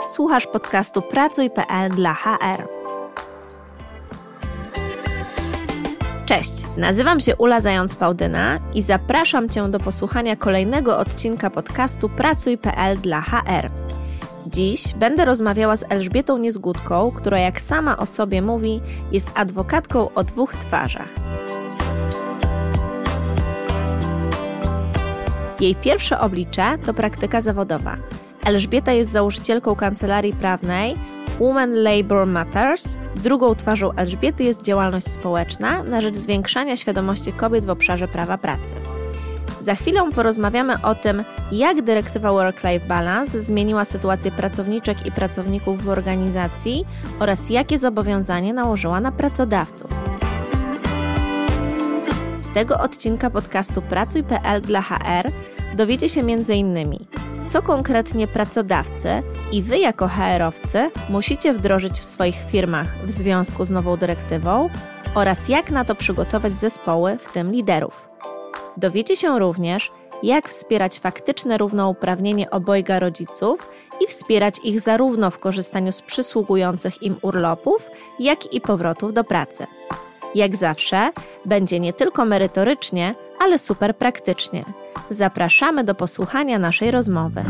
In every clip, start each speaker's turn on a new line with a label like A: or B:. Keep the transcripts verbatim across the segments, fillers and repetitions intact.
A: Słuchasz podcastu pracuj kropka p l dla H R. Cześć, nazywam się Ula Zając-Pałdyna i zapraszam Cię do posłuchania kolejnego odcinka podcastu pracuj kropka p l dla H R. Dziś będę rozmawiała z Elżbietą Niezgódką, która jak sama o sobie mówi, jest adwokatką o dwóch twarzach. Jej pierwsze oblicze to praktyka zawodowa. Elżbieta jest założycielką kancelarii prawnej Women Labour Matters. Drugą twarzą Elżbiety jest działalność społeczna na rzecz zwiększania świadomości kobiet w obszarze prawa pracy. Za chwilę porozmawiamy o tym, jak dyrektywa Work-Life Balance zmieniła sytuację pracowniczek i pracowników w organizacji oraz jakie zobowiązanie nałożyła na pracodawców. Z tego odcinka podcastu pracuj kropka p l dla H R dowiecie się między innymi, co konkretnie pracodawcy i Wy jako H R-owcy musicie wdrożyć w swoich firmach w związku z nową dyrektywą oraz jak na to przygotować zespoły, w tym liderów. Dowiecie się również, jak wspierać faktyczne równouprawnienie obojga rodziców i wspierać ich zarówno w korzystaniu z przysługujących im urlopów, jak i powrotów do pracy. Jak zawsze, będzie nie tylko merytorycznie, ale super praktycznie. Zapraszamy do posłuchania naszej rozmowy.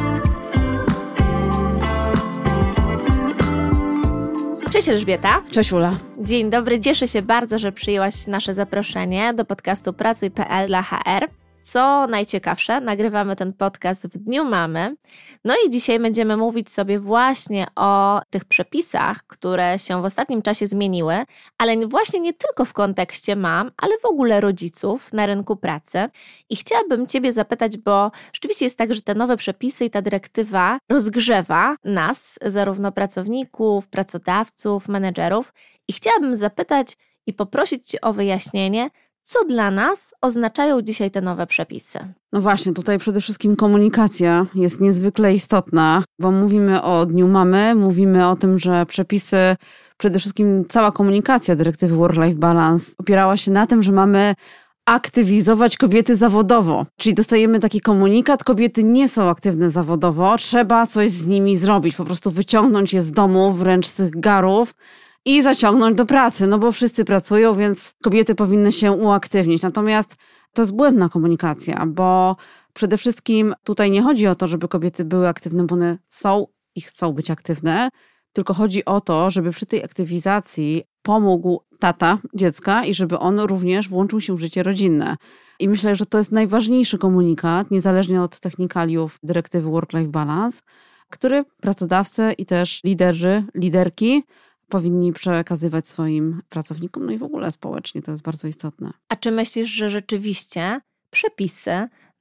A: Cześć Elżbieta.
B: Cześć Ula.
A: Dzień dobry, cieszę się bardzo, że przyjęłaś nasze zaproszenie do podcastu pracuj kropka p l dla H R. Co najciekawsze, nagrywamy ten podcast w Dniu Mamy. No i dzisiaj będziemy mówić sobie właśnie o tych przepisach, które się w ostatnim czasie zmieniły, ale właśnie nie tylko w kontekście mam, ale w ogóle rodziców na rynku pracy. I chciałabym Ciebie zapytać, bo rzeczywiście jest tak, że te nowe przepisy i ta dyrektywa rozgrzewa nas, zarówno pracowników, pracodawców, menedżerów. I chciałabym zapytać i poprosić Cię o wyjaśnienie, co dla nas oznaczają dzisiaj te nowe przepisy?
B: No właśnie, tutaj przede wszystkim komunikacja jest niezwykle istotna, bo mówimy o Dniu Mamy, mówimy o tym, że przepisy, przede wszystkim cała komunikacja dyrektywy Work-Life Balance opierała się na tym, że mamy aktywizować kobiety zawodowo. Czyli dostajemy taki komunikat, kobiety nie są aktywne zawodowo, trzeba coś z nimi zrobić, po prostu wyciągnąć je z domu, wręcz z tych garów, i zaciągnąć do pracy, no bo wszyscy pracują, więc kobiety powinny się uaktywnić. Natomiast to jest błędna komunikacja, bo przede wszystkim tutaj nie chodzi o to, żeby kobiety były aktywne, bo one są i chcą być aktywne, tylko chodzi o to, żeby przy tej aktywizacji pomógł tata dziecka i żeby on również włączył się w życie rodzinne. I myślę, że to jest najważniejszy komunikat, niezależnie od technikaliów dyrektywy Work-Life Balance, który pracodawcy i też liderzy, liderki powinni przekazywać swoim pracownikom, no i w ogóle społecznie to jest bardzo istotne.
A: A czy myślisz, że rzeczywiście przepisy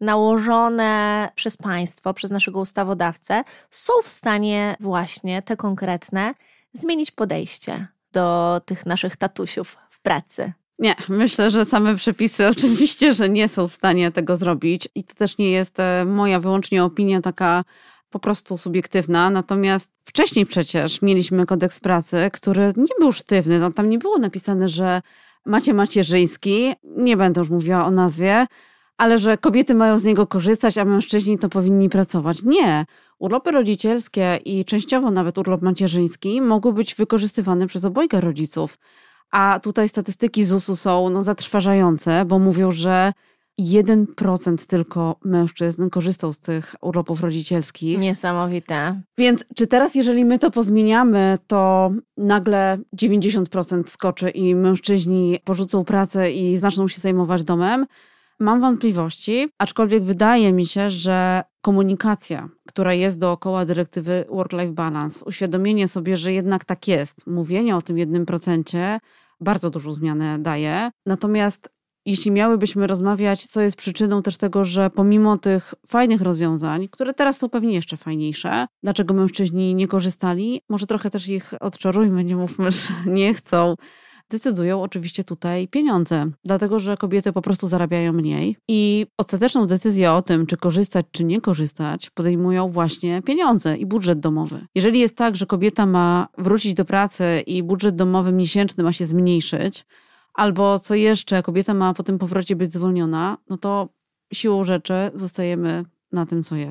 A: nałożone przez państwo, przez naszego ustawodawcę są w stanie właśnie te konkretne zmienić podejście do tych naszych tatusiów w pracy?
B: Nie, myślę, że same przepisy oczywiście, że nie są w stanie tego zrobić i to też nie jest moja wyłącznie opinia taka po prostu subiektywna, natomiast wcześniej przecież mieliśmy kodeks pracy, który nie był sztywny, no tam nie było napisane, że macie macierzyński, nie będę już mówiła o nazwie, ale że kobiety mają z niego korzystać, a mężczyźni to powinni pracować. Nie. Urlopy rodzicielskie i częściowo nawet urlop macierzyński mogły być wykorzystywane przez obojga rodziców, a tutaj statystyki Z U S-u są no, zatrważające, bo mówią, że jeden procent tylko mężczyzn korzystał z tych urlopów rodzicielskich.
A: Niesamowite.
B: Więc czy teraz, jeżeli my to pozmieniamy, to nagle dziewięćdziesiąt procent skoczy i mężczyźni porzucą pracę i zaczną się zajmować domem? Mam wątpliwości, aczkolwiek wydaje mi się, że komunikacja, która jest dookoła dyrektywy Work-Life Balance, uświadomienie sobie, że jednak tak jest, mówienie o tym jednym procencie bardzo dużą zmianę daje. Natomiast jeśli miałybyśmy rozmawiać, co jest przyczyną też tego, że pomimo tych fajnych rozwiązań, które teraz są pewnie jeszcze fajniejsze, dlaczego mężczyźni nie korzystali, może trochę też ich odczarujmy, nie mówmy, że nie chcą, decydują oczywiście tutaj pieniądze, dlatego że kobiety po prostu zarabiają mniej i ostateczną decyzję o tym, czy korzystać, czy nie korzystać, podejmują właśnie pieniądze i budżet domowy. Jeżeli jest tak, że kobieta ma wrócić do pracy i budżet domowy miesięczny ma się zmniejszyć, albo co jeszcze, kobieta ma po tym powrocie być zwolniona, no to siłą rzeczy zostajemy na tym, co jest.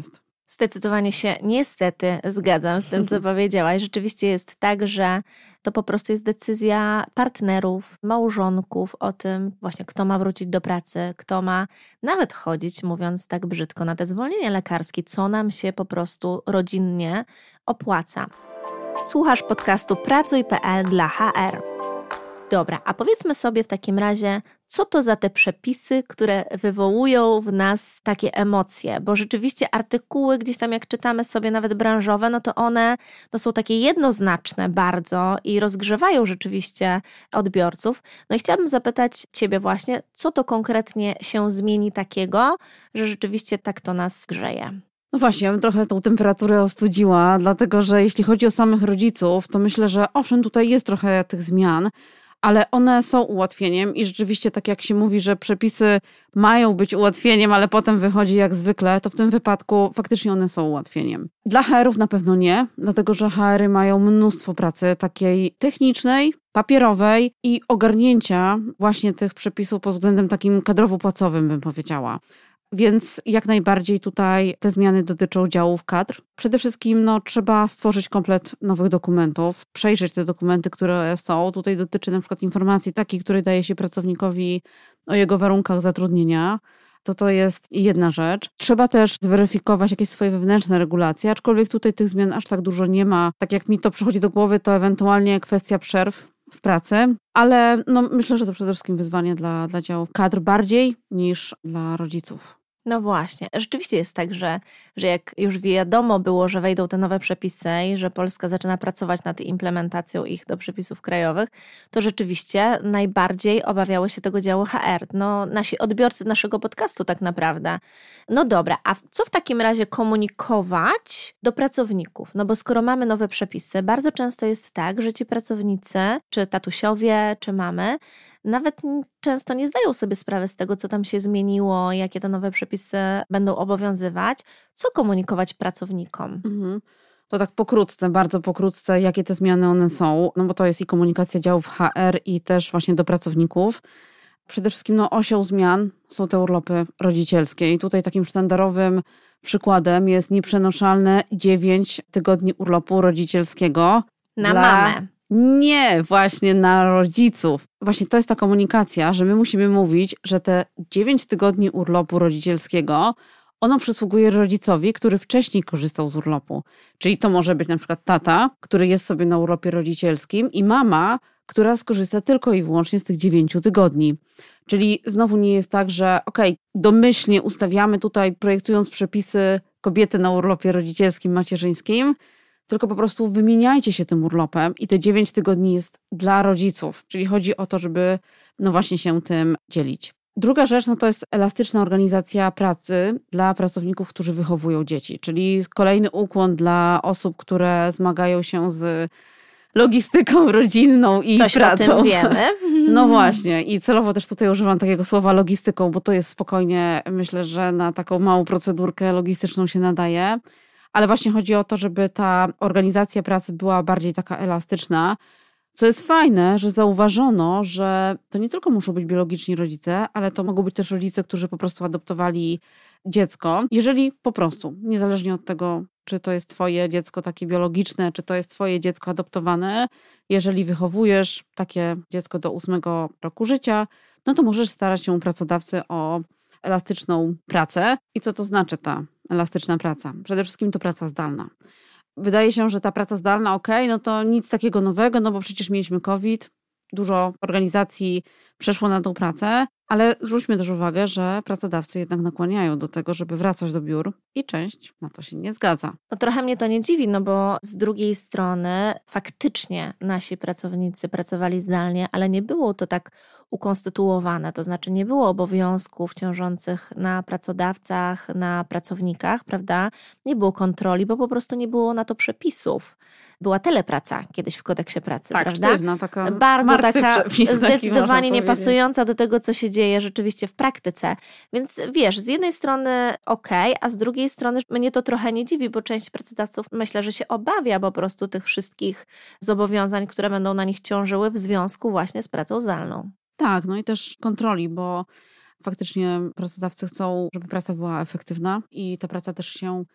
A: Zdecydowanie się niestety zgadzam z tym, co powiedziałaś. Rzeczywiście jest tak, że to po prostu jest decyzja partnerów, małżonków o tym właśnie, kto ma wrócić do pracy, kto ma nawet chodzić, mówiąc tak brzydko, na te zwolnienia lekarskie, co nam się po prostu rodzinnie opłaca. Słuchasz podcastu pracuj kropka p l dla H R. Dobra, a powiedzmy sobie w takim razie, co to za te przepisy, które wywołują w nas takie emocje, bo rzeczywiście artykuły gdzieś tam jak czytamy sobie nawet branżowe, no to one no są takie jednoznaczne bardzo i rozgrzewają rzeczywiście odbiorców. No i chciałabym zapytać Ciebie właśnie, co to konkretnie się zmieni takiego, że rzeczywiście tak to nas grzeje?
B: No właśnie, ja bym trochę tą temperaturę ostudziła, dlatego że jeśli chodzi o samych rodziców, to myślę, że owszem, tutaj jest trochę tych zmian, ale one są ułatwieniem i rzeczywiście tak jak się mówi, że przepisy mają być ułatwieniem, ale potem wychodzi jak zwykle, to w tym wypadku faktycznie one są ułatwieniem. Dla H R-ów na pewno nie, dlatego że H R-y mają mnóstwo pracy takiej technicznej, papierowej i ogarnięcia właśnie tych przepisów pod względem takim kadrowo-płacowym, bym powiedziała. Więc jak najbardziej tutaj te zmiany dotyczą działów kadr. Przede wszystkim no, trzeba stworzyć komplet nowych dokumentów, przejrzeć te dokumenty, które są. Tutaj dotyczy na przykład informacji takiej, której daje się pracownikowi o jego warunkach zatrudnienia. To to jest jedna rzecz. Trzeba też zweryfikować jakieś swoje wewnętrzne regulacje, aczkolwiek tutaj tych zmian aż tak dużo nie ma. Tak jak mi to przychodzi do głowy, to ewentualnie kwestia przerw w pracy, ale no, myślę, że to przede wszystkim wyzwanie dla, dla działów kadr bardziej niż dla rodziców.
A: No właśnie, rzeczywiście jest tak, że, że jak już wiadomo było, że wejdą te nowe przepisy i że Polska zaczyna pracować nad implementacją ich do przepisów krajowych, to rzeczywiście najbardziej obawiały się tego działu H R. No nasi odbiorcy naszego podcastu tak naprawdę. No dobra, a co w takim razie komunikować do pracowników? No bo skoro mamy nowe przepisy, bardzo często jest tak, że ci pracownicy, czy tatusiowie, czy mamy, nawet często nie zdają sobie sprawy z tego, co tam się zmieniło, jakie te nowe przepisy będą obowiązywać. Co komunikować pracownikom?
B: Mhm. To tak pokrótce, bardzo pokrótce, jakie te zmiany one są, no bo to jest i komunikacja działów H R i też właśnie do pracowników. Przede wszystkim no, osią zmian są te urlopy rodzicielskie i tutaj takim sztandarowym przykładem jest nieprzenoszalne dziewięć tygodni urlopu rodzicielskiego.
A: Na
B: dla...
A: mamę.
B: Nie, właśnie na rodziców. Właśnie to jest ta komunikacja, że my musimy mówić, że te dziewięć tygodni urlopu rodzicielskiego, ono przysługuje rodzicowi, który wcześniej korzystał z urlopu. Czyli to może być na przykład tata, który jest sobie na urlopie rodzicielskim i mama, która skorzysta tylko i wyłącznie z tych dziewięciu tygodni. Czyli znowu nie jest tak, że okej, okay, domyślnie ustawiamy tutaj, projektując przepisy kobiety na urlopie rodzicielskim, macierzyńskim, tylko po prostu wymieniajcie się tym urlopem i te dziewięć tygodni jest dla rodziców. Czyli chodzi o to, żeby no właśnie się tym dzielić. Druga rzecz no to jest elastyczna organizacja pracy dla pracowników, którzy wychowują dzieci. Czyli kolejny ukłon dla osób, które zmagają się z logistyką rodzinną i
A: Coś
B: pracą.
A: Coś o tym wiemy.
B: No właśnie i celowo też tutaj używam takiego słowa logistyką, bo to jest spokojnie, myślę, że na taką małą procedurkę logistyczną się nadaje. Ale właśnie chodzi o to, żeby ta organizacja pracy była bardziej taka elastyczna, co jest fajne, że zauważono, że to nie tylko muszą być biologiczni rodzice, ale to mogą być też rodzice, którzy po prostu adoptowali dziecko. Jeżeli po prostu, niezależnie od tego, czy to jest twoje dziecko takie biologiczne, czy to jest twoje dziecko adoptowane, jeżeli wychowujesz takie dziecko do ósmego roku życia, no to możesz starać się u pracodawcy o elastyczną pracę. I co to znaczy ta elastyczna praca? Przede wszystkim to praca zdalna. Wydaje się, że ta praca zdalna, okej, okay, no to nic takiego nowego, no bo przecież mieliśmy COVID, dużo organizacji przeszło na tą pracę, ale zwróćmy też uwagę, że pracodawcy jednak nakłaniają do tego, żeby wracać do biur i część na to się nie zgadza.
A: No trochę mnie to nie dziwi, no bo z drugiej strony faktycznie nasi pracownicy pracowali zdalnie, ale nie było to tak ukonstytuowane, to znaczy nie było obowiązków ciążących na pracodawcach, na pracownikach, prawda? Nie było kontroli, bo po prostu nie było na to przepisów. Była telepraca kiedyś w kodeksie pracy,
B: tak,
A: prawda?
B: Sztywna, taka
A: bardzo taka
B: przepis,
A: zdecydowanie niepasująca do tego, co się dzieje rzeczywiście w praktyce. Więc wiesz, z jednej strony okej, okay, a z drugiej strony mnie to trochę nie dziwi, bo część pracodawców myślę, że się obawia po prostu tych wszystkich zobowiązań, które będą na nich ciążyły w związku właśnie z pracą zdalną.
B: Tak, no i też kontroli, bo faktycznie pracodawcy chcą, żeby praca była efektywna i ta praca też się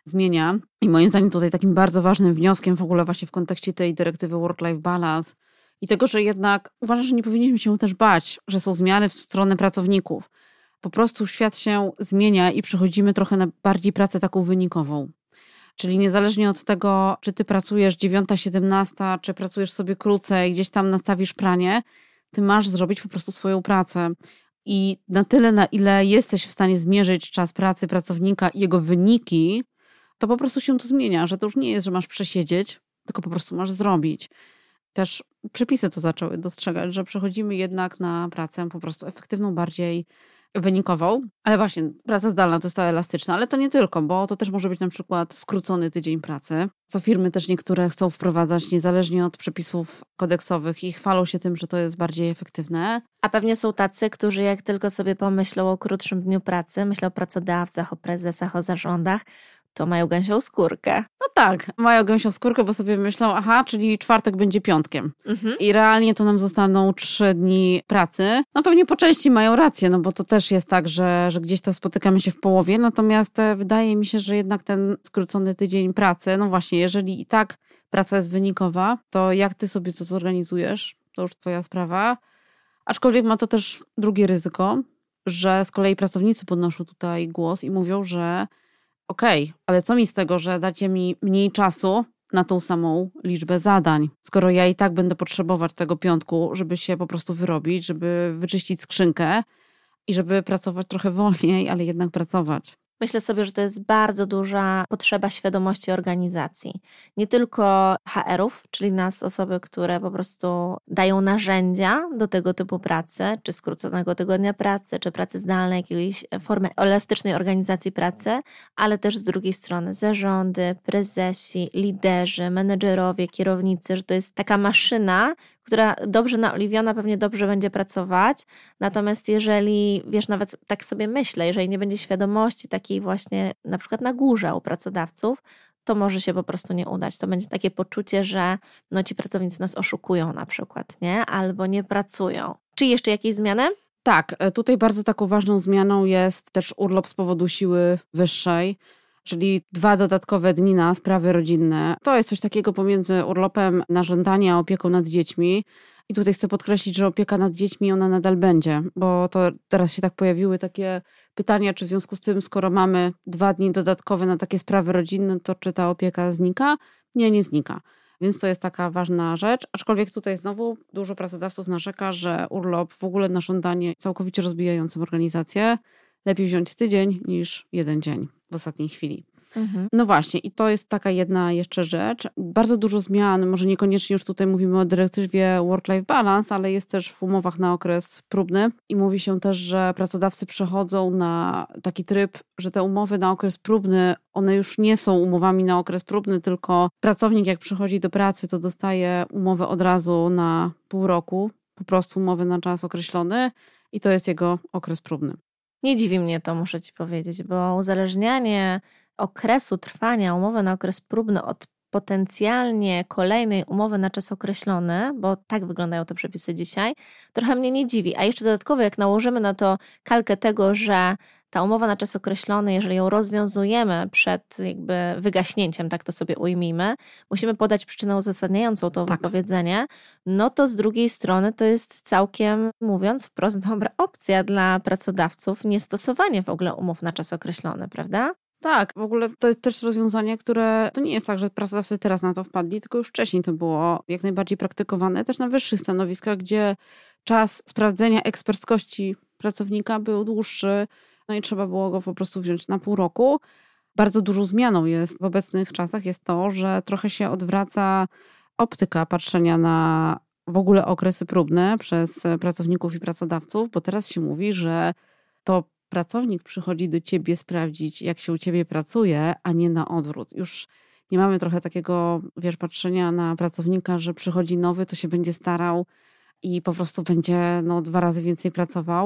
B: zmienia. I moim zdaniem tutaj takim bardzo ważnym wnioskiem w ogóle właśnie w kontekście tej dyrektywy Work-Life Balance i tego, że jednak uważam, że nie powinniśmy się też bać, że są zmiany w stronę pracowników. Po prostu świat się zmienia i przechodzimy trochę na bardziej pracę taką wynikową. Czyli niezależnie od tego, czy ty pracujesz dziewiąta, siedemnasta, czy pracujesz sobie krócej, gdzieś tam nastawisz pranie, ty masz zrobić po prostu swoją pracę. I na tyle, na ile jesteś w stanie zmierzyć czas pracy pracownika i jego wyniki, to po prostu się to zmienia, że to już nie jest, że masz przesiedzieć, tylko po prostu masz zrobić. Też przepisy to zaczęły dostrzegać, że przechodzimy jednak na pracę po prostu efektywną, bardziej wynikową. Ale właśnie, praca zdalna to jest ta elastyczna, ale to nie tylko, bo to też może być na przykład skrócony tydzień pracy, co firmy też niektóre chcą wprowadzać niezależnie od przepisów kodeksowych i chwalą się tym, że to jest bardziej efektywne.
A: A pewnie są tacy, którzy jak tylko sobie pomyślą o krótszym dniu pracy, myślą o pracodawcach, o prezesach, o zarządach, to mają gęsią skórkę.
B: No tak, mają gęsią skórkę, bo sobie myślą, aha, czyli czwartek będzie piątkiem. Mhm. I realnie to nam zostaną trzy dni pracy. No pewnie po części mają rację, no bo to też jest tak, że, że gdzieś to spotykamy się w połowie, natomiast wydaje mi się, że jednak ten skrócony tydzień pracy, no właśnie, jeżeli i tak praca jest wynikowa, to jak ty sobie to zorganizujesz, to już twoja sprawa. Aczkolwiek ma to też drugie ryzyko, że z kolei pracownicy podnoszą tutaj głos i mówią, że okej, okay, ale co mi z tego, że dacie mi mniej czasu na tą samą liczbę zadań, skoro ja i tak będę potrzebować tego piątku, żeby się po prostu wyrobić, żeby wyczyścić skrzynkę i żeby pracować trochę wolniej, ale jednak pracować.
A: Myślę sobie, że to jest bardzo duża potrzeba świadomości organizacji. Nie tylko H R-ów, czyli nas, osoby, które po prostu dają narzędzia do tego typu pracy, czy skróconego tygodnia pracy, czy pracy zdalnej, jakiejś formy elastycznej organizacji pracy, ale też z drugiej strony zarządy, prezesi, liderzy, menedżerowie, kierownicy, że to jest taka maszyna, która dobrze naoliwiona pewnie dobrze będzie pracować, natomiast jeżeli, wiesz, nawet tak sobie myślę, jeżeli nie będzie świadomości takiej właśnie na przykład na górze u pracodawców, to może się po prostu nie udać. To będzie takie poczucie, że no ci pracownicy nas oszukują na przykład, nie? Albo nie pracują. Czy jeszcze jakieś zmiany?
B: Tak, tutaj bardzo taką ważną zmianą jest też urlop z powodu siły wyższej, czyli dwa dodatkowe dni na sprawy rodzinne. To jest coś takiego pomiędzy urlopem na żądanie a opieką nad dziećmi. I tutaj chcę podkreślić, że opieka nad dziećmi ona nadal będzie, bo to teraz się tak pojawiły takie pytania, czy w związku z tym, skoro mamy dwa dni dodatkowe na takie sprawy rodzinne, to czy ta opieka znika? Nie, nie znika. Więc to jest taka ważna rzecz. Aczkolwiek tutaj znowu dużo pracodawców narzeka, że urlop w ogóle na żądanie całkowicie rozbijającym organizację. Lepiej wziąć tydzień niż jeden dzień w ostatniej chwili. Mhm. No właśnie, i to jest taka jedna jeszcze rzecz. Bardzo dużo zmian, może niekoniecznie już tutaj mówimy o dyrektywie Work-Life Balance, ale jest też w umowach na okres próbny i mówi się też, że pracodawcy przechodzą na taki tryb, że te umowy na okres próbny, one już nie są umowami na okres próbny, tylko pracownik jak przychodzi do pracy, to dostaje umowę od razu na pół roku, po prostu umowę na czas określony i to jest jego okres próbny.
A: Nie dziwi mnie to, muszę ci powiedzieć, bo uzależnianie okresu trwania umowy na okres próbny od potencjalnie kolejnej umowy na czas określony, bo tak wyglądają te przepisy dzisiaj, trochę mnie nie dziwi. A jeszcze dodatkowo, jak nałożymy na to kalkę tego, że ta umowa na czas określony, jeżeli ją rozwiązujemy przed jakby wygaśnięciem, tak to sobie ujmijmy, musimy podać przyczynę uzasadniającą to tak. wypowiedzenie, no to z drugiej strony to jest całkiem, mówiąc wprost, dobra opcja dla pracodawców niestosowanie w ogóle umów na czas określony, prawda?
B: Tak, w ogóle to jest też rozwiązanie, które to nie jest tak, że pracodawcy teraz na to wpadli, tylko już wcześniej to było jak najbardziej praktykowane, też na wyższych stanowiskach, gdzie czas sprawdzenia eksperckości pracownika był dłuższy, no i trzeba było go po prostu wziąć na pół roku. Bardzo dużą zmianą jest w obecnych czasach jest to, że trochę się odwraca optyka patrzenia na w ogóle okresy próbne przez pracowników i pracodawców, bo teraz się mówi, że to pracownik przychodzi do ciebie sprawdzić, jak się u ciebie pracuje, a nie na odwrót. Już nie mamy trochę takiego, wiesz, patrzenia na pracownika, że przychodzi nowy, to się będzie starał i po prostu będzie no, dwa razy więcej pracował.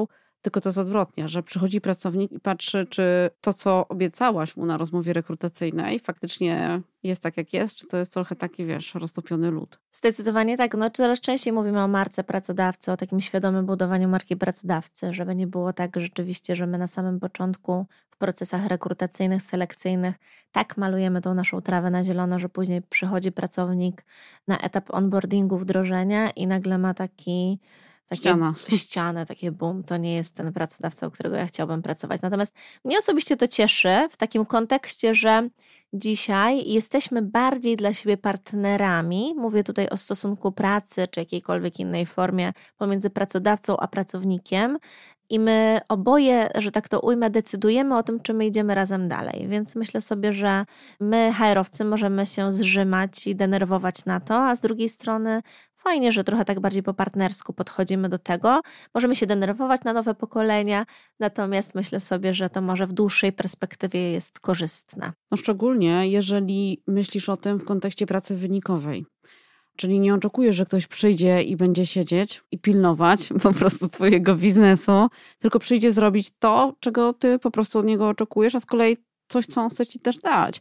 B: Tylko to jest odwrotnie, że przychodzi pracownik i patrzy, czy to, co obiecałaś mu na rozmowie rekrutacyjnej, faktycznie jest tak, jak jest, czy to jest trochę taki, wiesz, roztopiony lód.
A: Zdecydowanie tak. No coraz częściej mówimy o marce pracodawcy, o takim świadomym budowaniu marki pracodawcy, żeby nie było tak rzeczywiście, że my na samym początku w procesach rekrutacyjnych, selekcyjnych tak malujemy tą naszą trawę na zielono, że później przychodzi pracownik na etap onboardingu, wdrożenia i nagle ma taki... Takie
B: Ściana.
A: ścianę, takie boom, to nie jest ten pracodawca, u którego ja chciałabym pracować. Natomiast mnie osobiście to cieszy w takim kontekście, że dzisiaj jesteśmy bardziej dla siebie partnerami, mówię tutaj o stosunku pracy czy jakiejkolwiek innej formie pomiędzy pracodawcą a pracownikiem i my oboje, że tak to ujmę, decydujemy o tym, czy my idziemy razem dalej. Więc myślę sobie, że my H R-owcy możemy się zrzymać i denerwować na to, a z drugiej strony fajnie, że trochę tak bardziej po partnersku podchodzimy do tego. Możemy się denerwować na nowe pokolenia, natomiast myślę sobie, że to może w dłuższej perspektywie jest korzystne.
B: No szczególnie, jeżeli myślisz o tym w kontekście pracy wynikowej. Czyli nie oczekujesz, że ktoś przyjdzie i będzie siedzieć i pilnować po prostu twojego biznesu, tylko przyjdzie zrobić to, czego ty po prostu od niego oczekujesz, a z kolei coś, co on chce ci też dać.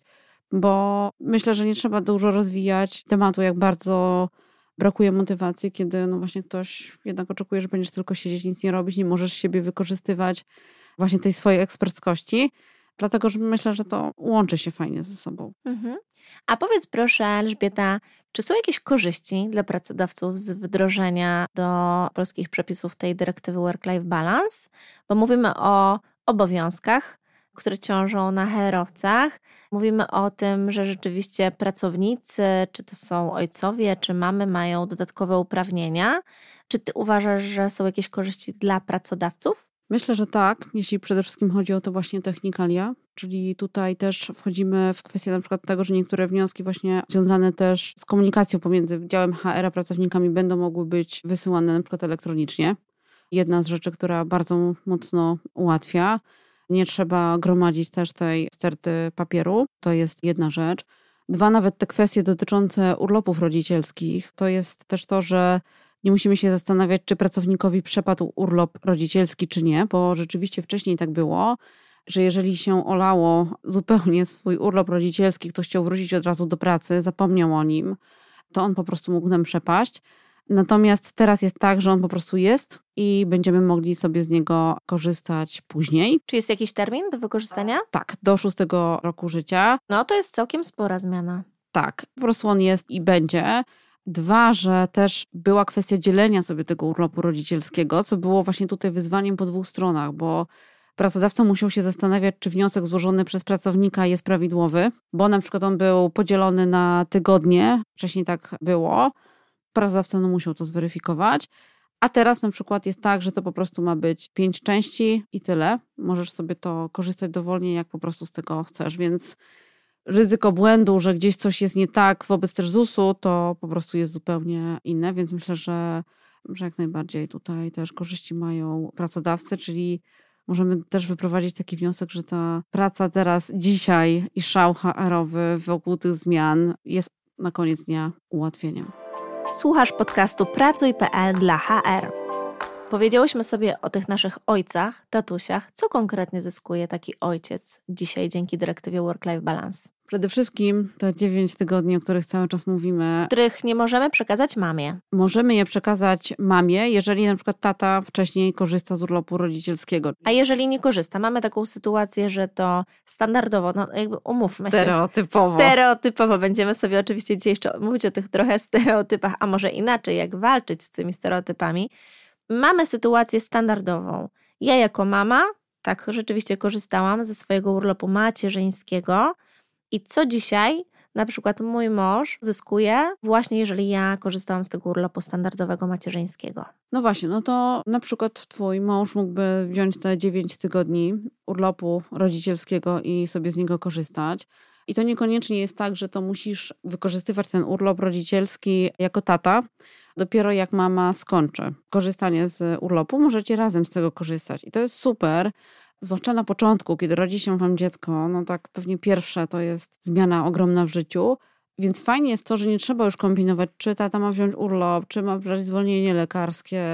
B: Bo myślę, że nie trzeba dużo rozwijać tematu, jak bardzo brakuje motywacji, kiedy no właśnie ktoś jednak oczekuje, że będziesz tylko siedzieć, nic nie robić, nie możesz siebie wykorzystywać właśnie tej swojej eksperckości. Dlatego, że myślę, że to łączy się fajnie ze sobą.
A: Mhm. A powiedz proszę, Elżbieta, czy są jakieś korzyści dla pracodawców z wdrożenia do polskich przepisów tej dyrektywy Work-Life Balance? Bo mówimy o obowiązkach, które ciążą na H R-owcach. Mówimy o tym, że rzeczywiście pracownicy, czy to są ojcowie, czy mamy, mają dodatkowe uprawnienia. Czy ty uważasz, że są jakieś korzyści dla pracodawców?
B: Myślę, że tak, jeśli przede wszystkim chodzi o to właśnie technikalia, czyli tutaj też wchodzimy w kwestię na przykład tego, że niektóre wnioski właśnie związane też z komunikacją pomiędzy działem H R a pracownikami będą mogły być wysyłane na przykład elektronicznie. Jedna z rzeczy, która bardzo mocno ułatwia. Nie trzeba gromadzić też tej sterty papieru, to jest jedna rzecz. Dwa, nawet te kwestie dotyczące urlopów rodzicielskich, to jest też to, że nie musimy się zastanawiać, czy pracownikowi przepadł urlop rodzicielski, czy nie, bo rzeczywiście wcześniej tak było, że jeżeli się olało zupełnie swój urlop rodzicielski, ktoś chciał wrócić od razu do pracy, zapomniał o nim, to on po prostu mógł nam przepaść. Natomiast teraz jest tak, że on po prostu jest i będziemy mogli sobie z niego korzystać później.
A: Czy jest jakiś termin do wykorzystania?
B: Tak, do szóstego roku życia.
A: No to jest całkiem spora zmiana.
B: Tak, po prostu on jest i będzie. Dwa, że też była kwestia dzielenia sobie tego urlopu rodzicielskiego, co było właśnie tutaj wyzwaniem po dwóch stronach, bo pracodawca musiał się zastanawiać, czy wniosek złożony przez pracownika jest prawidłowy, bo na przykład on był podzielony na tygodnie, wcześniej tak było, pracodawca no musiał to zweryfikować, a teraz na przykład jest tak, że to po prostu ma być pięć części i tyle. Możesz sobie to korzystać dowolnie, jak po prostu z tego chcesz, więc ryzyko błędu, że gdzieś coś jest nie tak wobec też zusu, to po prostu jest zupełnie inne, więc myślę, że, że jak najbardziej tutaj też korzyści mają pracodawcy, czyli możemy też wyprowadzić taki wniosek, że ta praca teraz, dzisiaj i szał H R-owy wokół tych zmian jest na koniec dnia ułatwieniem.
A: Słuchasz podcastu pracuj kropka p l dla H R. Powiedziałyśmy sobie o tych naszych ojcach, tatusiach. Co konkretnie zyskuje taki ojciec dzisiaj dzięki dyrektywie Work-Life Balance?
B: Przede wszystkim te dziewięć tygodni, o których cały czas mówimy.
A: Których nie możemy przekazać mamie.
B: Możemy je przekazać mamie, jeżeli na przykład tata wcześniej korzysta z urlopu rodzicielskiego.
A: A jeżeli nie korzysta? Mamy taką sytuację, że to standardowo, no jakby umówmy się.
B: Stereotypowo.
A: Stereotypowo. Będziemy sobie oczywiście dzisiaj jeszcze mówić o tych trochę stereotypach, a może inaczej, jak walczyć z tymi stereotypami. Mamy sytuację standardową. Ja jako mama, tak rzeczywiście korzystałam ze swojego urlopu macierzyńskiego i co dzisiaj na przykład mój mąż zyskuje właśnie jeżeli ja korzystałam z tego urlopu standardowego macierzyńskiego.
B: No właśnie, no to na przykład twój mąż mógłby wziąć te dziewięć tygodni urlopu rodzicielskiego i sobie z niego korzystać. I to niekoniecznie jest tak, że to musisz wykorzystywać ten urlop rodzicielski jako tata. Dopiero jak mama skończy korzystanie z urlopu, możecie razem z tego korzystać. I to jest super, zwłaszcza na początku, kiedy rodzi się wam dziecko, no tak pewnie pierwsze to jest zmiana ogromna w życiu. Więc fajnie jest to, że nie trzeba już kombinować, czy tata ma wziąć urlop, czy ma brać zwolnienie lekarskie,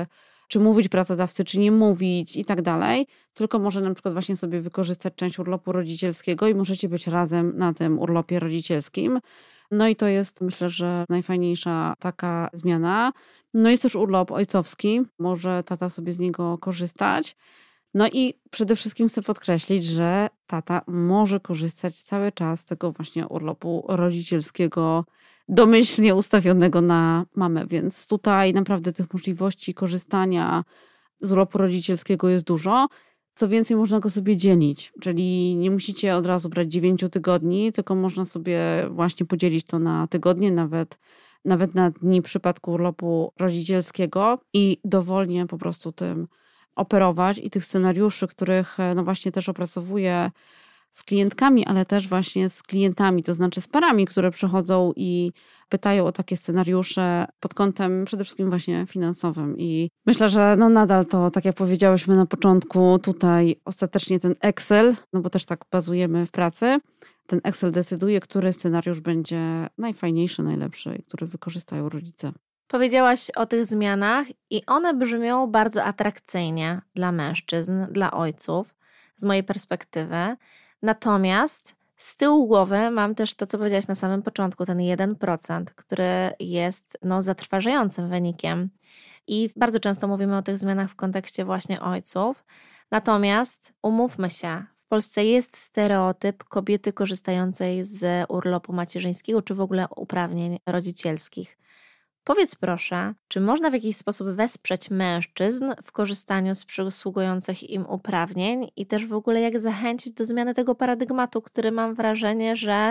B: czy mówić pracodawcy, czy nie mówić i tak dalej, tylko może na przykład właśnie sobie wykorzystać część urlopu rodzicielskiego i możecie być razem na tym urlopie rodzicielskim. No i to jest, myślę, że najfajniejsza taka zmiana. No jest też urlop ojcowski, może tata sobie z niego korzystać. No i przede wszystkim chcę podkreślić, że tata może korzystać cały czas z tego właśnie urlopu rodzicielskiego, domyślnie ustawionego na mamę, więc tutaj naprawdę tych możliwości korzystania z urlopu rodzicielskiego jest dużo. Co więcej, można go sobie dzielić, czyli nie musicie od razu brać dziewięciu tygodni, tylko można sobie właśnie podzielić to na tygodnie, nawet, nawet na dni w przypadku urlopu rodzicielskiego i dowolnie po prostu tym operować i tych scenariuszy, których no właśnie też opracowuję z klientkami, ale też właśnie z klientami, to znaczy z parami, które przychodzą i pytają o takie scenariusze pod kątem przede wszystkim właśnie finansowym. I myślę, że no nadal to, tak jak powiedziałyśmy na początku, tutaj ostatecznie ten Excel, no bo też tak bazujemy w pracy, ten Excel decyduje, który scenariusz będzie najfajniejszy, najlepszy i który wykorzystają rodzice.
A: Powiedziałaś o tych zmianach i one brzmią bardzo atrakcyjnie dla mężczyzn, dla ojców, z mojej perspektywy. Natomiast z tyłu głowy mam też to, co powiedziałaś na samym początku, ten jeden procent, który jest no, zatrważającym wynikiem. I bardzo często mówimy o tych zmianach w kontekście właśnie ojców. Natomiast umówmy się, w Polsce jest stereotyp kobiety korzystającej z urlopu macierzyńskiego, czy w ogóle uprawnień rodzicielskich. Powiedz proszę, czy można w jakiś sposób wesprzeć mężczyzn w korzystaniu z przysługujących im uprawnień i też w ogóle jak zachęcić do zmiany tego paradygmatu, który mam wrażenie, że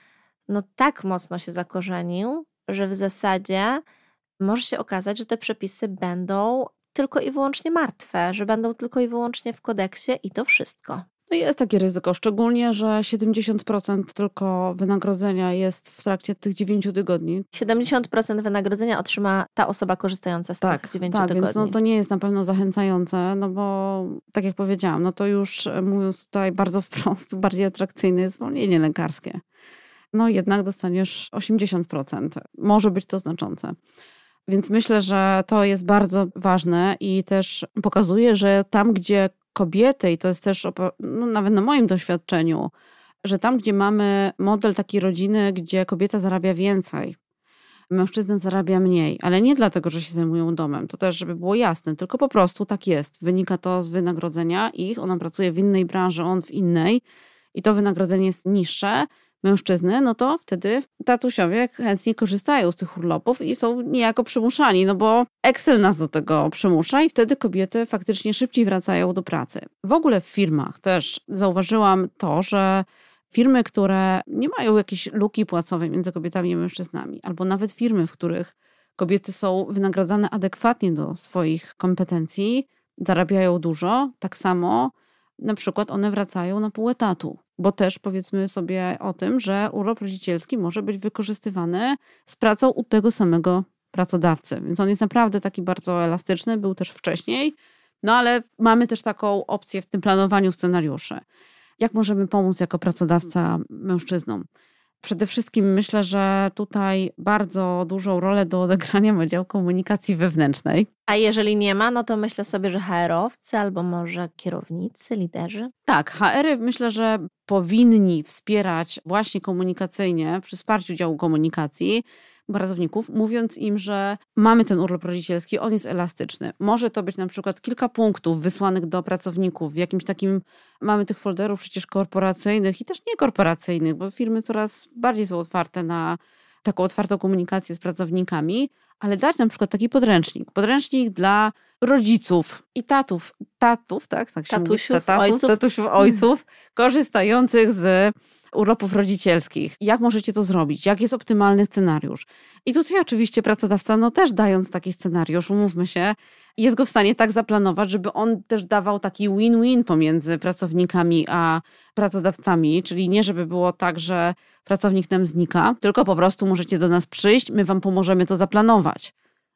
A: no tak mocno się zakorzenił, że w zasadzie może się okazać, że te przepisy będą tylko i wyłącznie martwe, że będą tylko i wyłącznie w kodeksie i to wszystko.
B: No jest takie ryzyko, szczególnie, że siedemdziesiąt procent tylko wynagrodzenia jest w trakcie tych dziewięciu tygodni.
A: siedemdziesiąt procent wynagrodzenia otrzyma ta osoba korzystająca z
B: tak,
A: tych dziewięciu
B: tak,
A: tygodni.
B: Więc no, to nie jest na pewno zachęcające, no bo tak jak powiedziałam, no to już mówiąc tutaj bardzo wprost, bardziej atrakcyjne jest zwolnienie lekarskie. No jednak dostaniesz osiemdziesiąt procent. Może być to znaczące. Więc myślę, że to jest bardzo ważne i też pokazuje, że tam, gdzie kobiety, i to jest też no, nawet na moim doświadczeniu, że tam, gdzie mamy model takiej rodziny, gdzie kobieta zarabia więcej, mężczyzna zarabia mniej, ale nie dlatego, że się zajmują domem, to też, żeby było jasne, tylko po prostu tak jest. Wynika to z wynagrodzenia ich, ona pracuje w innej branży, on w innej i to wynagrodzenie jest niższe, mężczyzny, no to wtedy tatusiowie chętnie korzystają z tych urlopów i są niejako przymuszani, no bo Excel nas do tego przymusza i wtedy kobiety faktycznie szybciej wracają do pracy. W ogóle w firmach też zauważyłam to, że firmy, które nie mają jakiejś luki płacowej między kobietami i mężczyznami, albo nawet firmy, w których kobiety są wynagradzane adekwatnie do swoich kompetencji, zarabiają dużo, tak samo na przykład one wracają na pół etatu, bo też powiedzmy sobie o tym, że urlop rodzicielski może być wykorzystywany z pracą u tego samego pracodawcy. Więc on jest naprawdę taki bardzo elastyczny, był też wcześniej, no ale mamy też taką opcję w tym planowaniu scenariuszy. Jak możemy pomóc jako pracodawca mężczyznom? Przede wszystkim myślę, że tutaj bardzo dużą rolę do odegrania ma dział komunikacji wewnętrznej.
A: A jeżeli nie ma, no to myślę sobie, że H R-owcy albo może kierownicy, liderzy?
B: Tak, H R-y myślę, że powinni wspierać właśnie komunikacyjnie przy wsparciu działu komunikacji pracowników, mówiąc im, że mamy ten urlop rodzicielski, on jest elastyczny. Może to być na przykład kilka punktów wysłanych do pracowników w jakimś takim, mamy tych folderów przecież korporacyjnych i też niekorporacyjnych, bo firmy coraz bardziej są otwarte na taką otwartą komunikację z pracownikami, ale dać na przykład taki podręcznik. Podręcznik dla rodziców i tatów, tatów, tak? tak się
A: tatusiów,
B: mówi, tatów,
A: ojców.
B: Tatusiów, ojców korzystających z urlopów rodzicielskich. Jak możecie to zrobić? Jak jest optymalny scenariusz? I tutaj oczywiście pracodawca, no też dając taki scenariusz, umówmy się, jest go w stanie tak zaplanować, żeby on też dawał taki win-win pomiędzy pracownikami a pracodawcami, czyli nie żeby było tak, że pracownik nam znika, tylko po prostu możecie do nas przyjść, my wam pomożemy to zaplanować.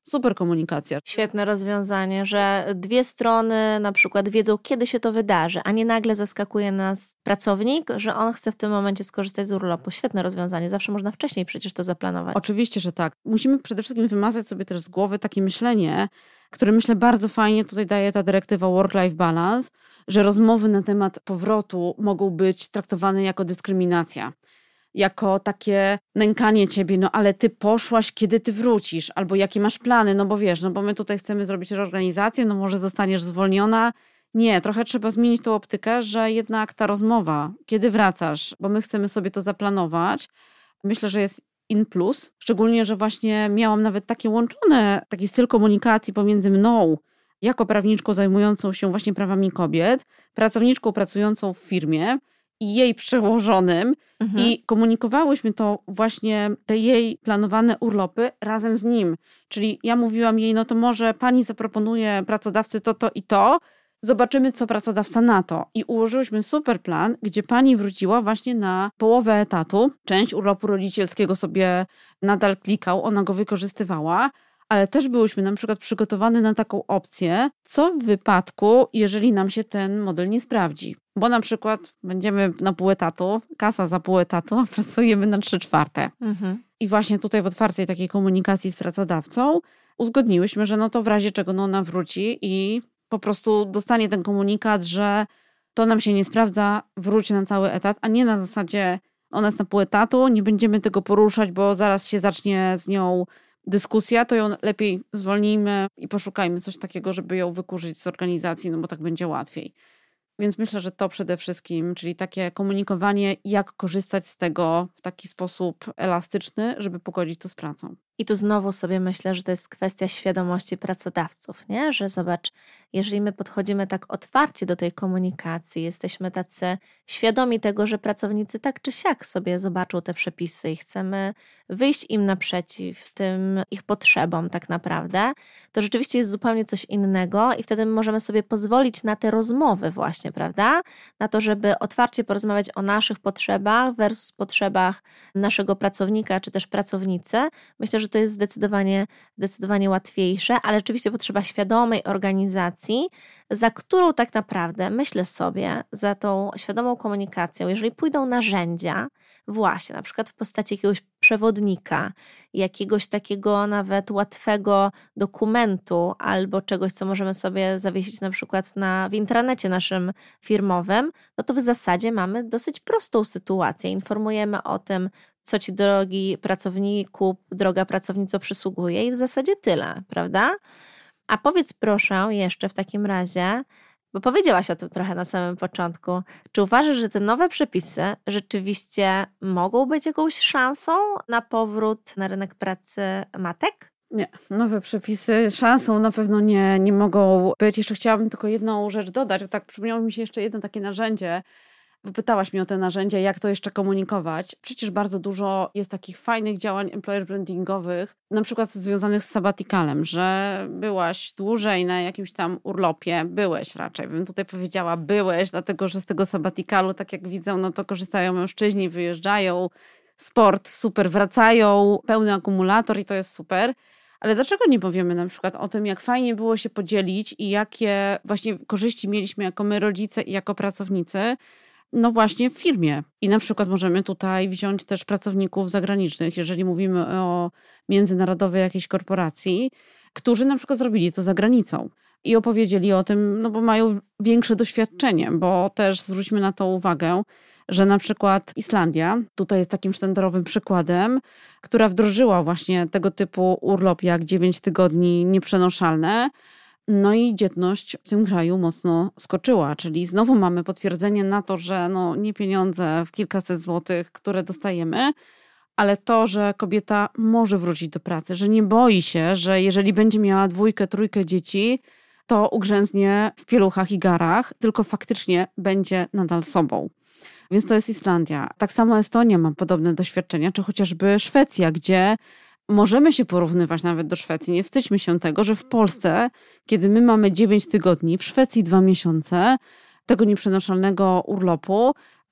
B: Super komunikacja.
A: Świetne rozwiązanie, że dwie strony na przykład wiedzą, kiedy się to wydarzy, a nie nagle zaskakuje nas pracownik, że on chce w tym momencie skorzystać z urlopu. Świetne rozwiązanie. Zawsze można wcześniej przecież to zaplanować.
B: Oczywiście, że tak. Musimy przede wszystkim wymazać sobie też z głowy takie myślenie, które myślę bardzo fajnie tutaj daje ta dyrektywa Work-Life Balance, że rozmowy na temat powrotu mogą być traktowane jako dyskryminacja. Jako takie nękanie ciebie, no ale ty poszłaś, kiedy ty wrócisz, albo jakie masz plany, no bo wiesz, no bo my tutaj chcemy zrobić reorganizację, no może zostaniesz zwolniona. Nie, trochę trzeba zmienić tą optykę, że jednak ta rozmowa, kiedy wracasz, bo my chcemy sobie to zaplanować, myślę, że jest in plus, szczególnie, że właśnie miałam nawet takie łączone, taki styl komunikacji pomiędzy mną, jako prawniczką zajmującą się właśnie prawami kobiet, pracowniczką pracującą w firmie, i jej przełożonym mhm. i komunikowałyśmy to właśnie, te jej planowane urlopy razem z nim. Czyli ja mówiłam jej, no to może pani zaproponuje pracodawcy to, to i to, zobaczymy, co pracodawca na to. I ułożyłyśmy super plan, gdzie pani wróciła właśnie na połowę etatu. Część urlopu rodzicielskiego sobie nadal klikał, ona go wykorzystywała, ale też byłyśmy na przykład przygotowane na taką opcję, co w wypadku, jeżeli nam się ten model nie sprawdzi. Bo na przykład będziemy na pół etatu, kasa za pół etatu, a pracujemy na trzy czwarte. Mhm. I właśnie tutaj w otwartej takiej komunikacji z pracodawcą uzgodniłyśmy, że no to w razie czego no ona wróci i po prostu dostanie ten komunikat, że to nam się nie sprawdza, wróci na cały etat, a nie na zasadzie ona jest na pół etatu, nie będziemy tego poruszać, bo zaraz się zacznie z nią dyskusja, to ją lepiej zwolnijmy i poszukajmy coś takiego, żeby ją wykurzyć z organizacji, no bo tak będzie łatwiej. Więc myślę, że to przede wszystkim, czyli takie komunikowanie, jak korzystać z tego w taki sposób elastyczny, żeby pogodzić to z pracą.
A: I tu znowu sobie myślę, że to jest kwestia świadomości pracodawców, nie? Że zobacz, jeżeli my podchodzimy tak otwarcie do tej komunikacji, jesteśmy tacy świadomi tego, że pracownicy tak czy siak sobie zobaczą te przepisy i chcemy wyjść im naprzeciw tym ich potrzebom tak naprawdę, to rzeczywiście jest zupełnie coś innego i wtedy możemy sobie pozwolić na te rozmowy właśnie, prawda? Na to, żeby otwarcie porozmawiać o naszych potrzebach versus potrzebach naszego pracownika czy też pracownicy. Myślę, że to jest zdecydowanie, zdecydowanie łatwiejsze, ale rzeczywiście potrzeba świadomej organizacji, za którą tak naprawdę, myślę sobie, za tą świadomą komunikacją, jeżeli pójdą narzędzia, właśnie na przykład w postaci jakiegoś przewodnika, jakiegoś takiego nawet łatwego dokumentu albo czegoś, co możemy sobie zawiesić na przykład na, w intranecie naszym firmowym, no to w zasadzie mamy dosyć prostą sytuację. Informujemy o tym, co ci drogi pracowniku, droga pracownico przysługuje i w zasadzie tyle, prawda? A powiedz proszę jeszcze w takim razie, bo powiedziałaś o tym trochę na samym początku, czy uważasz, że te nowe przepisy rzeczywiście mogą być jakąś szansą na powrót na rynek pracy matek?
B: Nie, nowe przepisy szansą na pewno nie, nie mogą być. Jeszcze chciałabym tylko jedną rzecz dodać, bo tak przypomniało mi się jeszcze jedno takie narzędzie. Pytałaś mnie o te narzędzia, jak to jeszcze komunikować. Przecież bardzo dużo jest takich fajnych działań employer brandingowych, na przykład związanych z sabbaticalem, że byłaś dłużej na jakimś tam urlopie, byłeś raczej, bym tutaj powiedziała byłeś, dlatego że z tego sabbaticalu, tak jak widzę, no to korzystają mężczyźni, wyjeżdżają, sport, super, wracają, pełny akumulator i to jest super. Ale dlaczego nie powiemy na przykład o tym, jak fajnie było się podzielić i jakie właśnie korzyści mieliśmy jako my rodzice i jako pracownicy, no właśnie w firmie. I na przykład możemy tutaj wziąć też pracowników zagranicznych, jeżeli mówimy o międzynarodowej jakiejś korporacji, którzy na przykład zrobili to za granicą i opowiedzieli o tym, no bo mają większe doświadczenie, bo też zwróćmy na to uwagę, że na przykład Islandia tutaj jest takim sztandarowym przykładem, która wdrożyła właśnie tego typu urlop jak dziewięć tygodni nieprzenoszalne. No i dzietność w tym kraju mocno skoczyła, czyli znowu mamy potwierdzenie na to, że no nie pieniądze w kilkaset złotych, które dostajemy, ale to, że kobieta może wrócić do pracy, że nie boi się, że jeżeli będzie miała dwójkę, trójkę dzieci, to ugrzęznie w pieluchach i garach, tylko faktycznie będzie nadal sobą. Więc to jest Islandia. Tak samo Estonia ma podobne doświadczenia, czy chociażby Szwecja, gdzie możemy się porównywać nawet do Szwecji. Nie wstydźmy się tego, że w Polsce, kiedy my mamy dziewięć tygodni, w Szwecji dwa miesiące tego nieprzenoszalnego urlopu,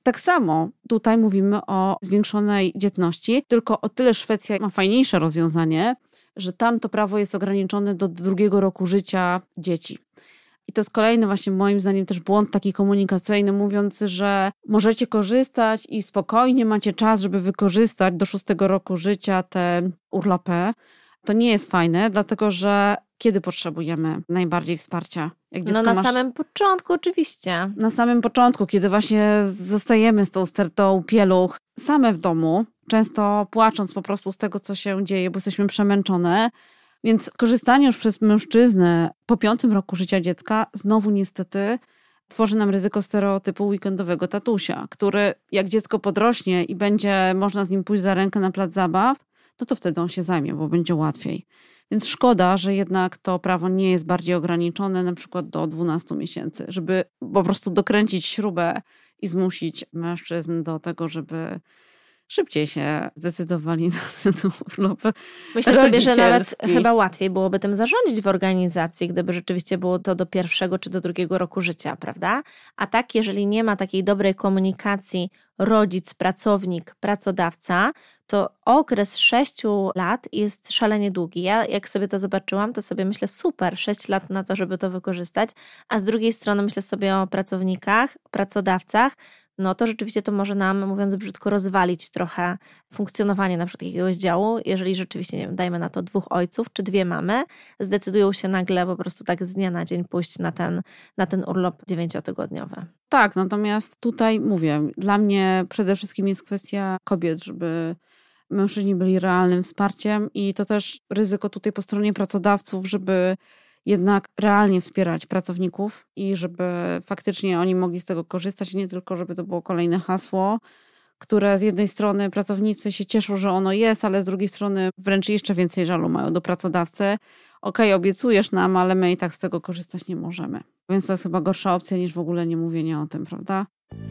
B: Tak samo tutaj mówimy o zwiększonej dzietności, tylko o tyle Szwecja ma fajniejsze rozwiązanie, że tam to prawo jest ograniczone do drugiego roku życia dzieci. I to jest kolejny właśnie moim zdaniem też błąd taki komunikacyjny, mówiący, że możecie korzystać i spokojnie macie czas, żeby wykorzystać do szóstego roku życia te urlopy. To nie jest fajne, dlatego że kiedy potrzebujemy najbardziej wsparcia? Jak
A: no na
B: masz...
A: samym początku oczywiście.
B: Na samym początku, kiedy właśnie zostajemy z tą stertą pieluch same w domu, często płacząc po prostu z tego, co się dzieje, bo jesteśmy przemęczone. Więc korzystanie już przez mężczyznę po piątym roku życia dziecka znowu niestety tworzy nam ryzyko stereotypu weekendowego tatusia, który jak dziecko podrośnie i będzie można z nim pójść za rękę na plac zabaw, no to wtedy on się zajmie, bo będzie łatwiej. Więc szkoda, że jednak to prawo nie jest bardziej ograniczone na przykład do dwunastu miesięcy, żeby po prostu dokręcić śrubę i zmusić mężczyzn do tego, żeby szybciej się zdecydowali na ten urlop
A: Myślę sobie, że nawet chyba łatwiej byłoby tym zarządzić w organizacji, gdyby rzeczywiście było to do pierwszego czy do drugiego roku życia, prawda? A tak, jeżeli nie ma takiej dobrej komunikacji rodzic, pracownik, pracodawca, to okres sześciu lat jest szalenie długi. Ja jak sobie to zobaczyłam, to sobie myślę super, sześć lat na to, żeby to wykorzystać, a z drugiej strony myślę sobie o pracownikach, pracodawcach, no to rzeczywiście to może nam, mówiąc brzydko, rozwalić trochę funkcjonowanie na przykład jakiegoś działu, jeżeli rzeczywiście, nie wiem, dajmy na to dwóch ojców czy dwie mamy, zdecydują się nagle po prostu tak z dnia na dzień pójść na ten, na ten urlop dziewięciotygodniowy.
B: Tak, natomiast tutaj mówię, dla mnie przede wszystkim jest kwestia kobiet, żeby mężczyźni byli realnym wsparciem i to też ryzyko tutaj po stronie pracodawców, żeby jednak realnie wspierać pracowników i żeby faktycznie oni mogli z tego korzystać, nie tylko żeby to było kolejne hasło, które z jednej strony pracownicy się cieszą, że ono jest, ale z drugiej strony wręcz jeszcze więcej żalu mają do pracodawcy. Okej, obiecujesz nam, ale my i tak z tego korzystać nie możemy. Więc to jest chyba gorsza opcja niż w ogóle nie mówienie o tym, prawda?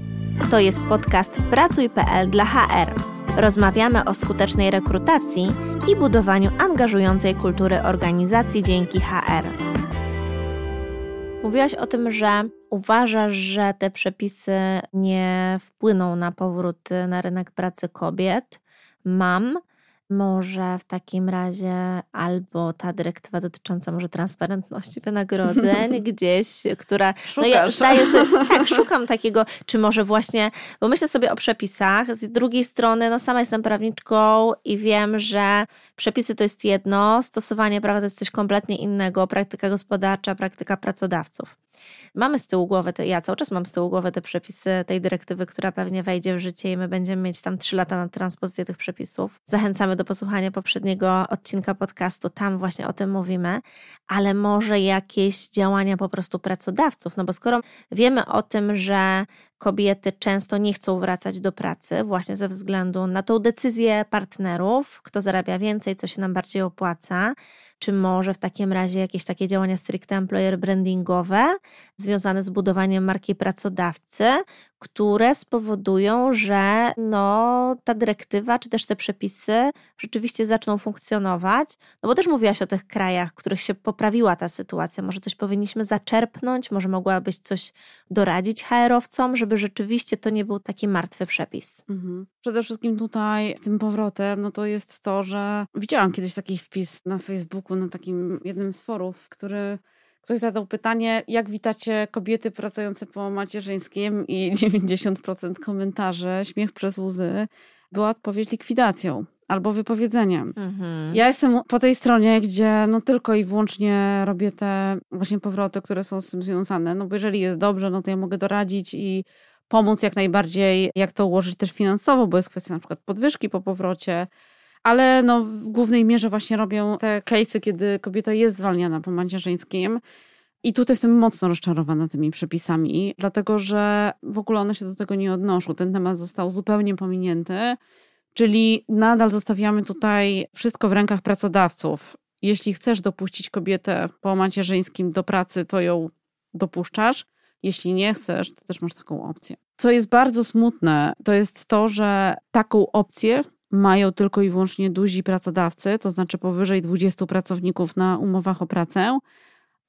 A: To jest podcast Pracuj kropka pe el dla ha er. Rozmawiamy o skutecznej rekrutacji i budowaniu angażującej kultury organizacji dzięki ha er. Mówiłaś o tym, że uważasz, że te przepisy nie wpłyną na powrót na rynek pracy kobiet, mam. Może w takim razie albo ta dyrektywa dotycząca może transparentności wynagrodzeń gdzieś, która...
B: Szukasz.
A: No ja zdaję sobie, tak, szukam takiego, czy może właśnie, bo myślę sobie o przepisach, z drugiej strony no sama jestem prawniczką i wiem, że przepisy to jest jedno, stosowanie prawa to jest coś kompletnie innego, praktyka gospodarcza, praktyka pracodawców. Mamy z tyłu głowy, te, ja cały czas mam z tyłu głowy te przepisy tej dyrektywy, która pewnie wejdzie w życie i my będziemy mieć tam trzy lata na transpozycję tych przepisów. Zachęcamy do posłuchania poprzedniego odcinka podcastu, tam właśnie o tym mówimy, ale może jakieś działania po prostu pracodawców, no bo skoro wiemy o tym, że kobiety często nie chcą wracać do pracy właśnie ze względu na tą decyzję partnerów, kto zarabia więcej, co się nam bardziej opłaca, czy może w takim razie jakieś takie działania stricte employer brandingowe związane z budowaniem marki pracodawcy, które spowodują, że no, ta dyrektywa czy też te przepisy rzeczywiście zaczną funkcjonować. No bo też mówiłaś o tych krajach, w których się poprawiła ta sytuacja. Może coś powinniśmy zaczerpnąć, może mogłabyś coś doradzić ha erowcom, żeby rzeczywiście to nie był taki martwy przepis.
B: Mhm. Przede wszystkim tutaj z tym powrotem, no to jest to, że widziałam kiedyś taki wpis na Facebooku, na takim jednym z forów, który ktoś zadał pytanie, jak witacie kobiety pracujące po macierzyńskim i dziewięćdziesiąt procent komentarzy, śmiech przez łzy, była odpowiedź likwidacją albo wypowiedzeniem. Mhm. Ja jestem po tej stronie, gdzie no tylko i wyłącznie robię te właśnie powroty, które są z tym związane, no bo jeżeli jest dobrze, no to ja mogę doradzić i pomóc jak najbardziej, jak to ułożyć też finansowo, bo jest kwestia na przykład podwyżki po powrocie, ale no w głównej mierze właśnie robią te case'y, kiedy kobieta jest zwalniana po macierzyńskim. I tutaj jestem mocno rozczarowana tymi przepisami, dlatego że w ogóle one się do tego nie odnoszą. Ten temat został zupełnie pominięty, czyli nadal zostawiamy tutaj wszystko w rękach pracodawców. Jeśli chcesz dopuścić kobietę po macierzyńskim do pracy, to ją dopuszczasz. Jeśli nie chcesz, to też masz taką opcję. Co jest bardzo smutne, to jest to, że taką opcję mają tylko i wyłącznie duzi pracodawcy, to znaczy powyżej dwudziestu pracowników na umowach o pracę,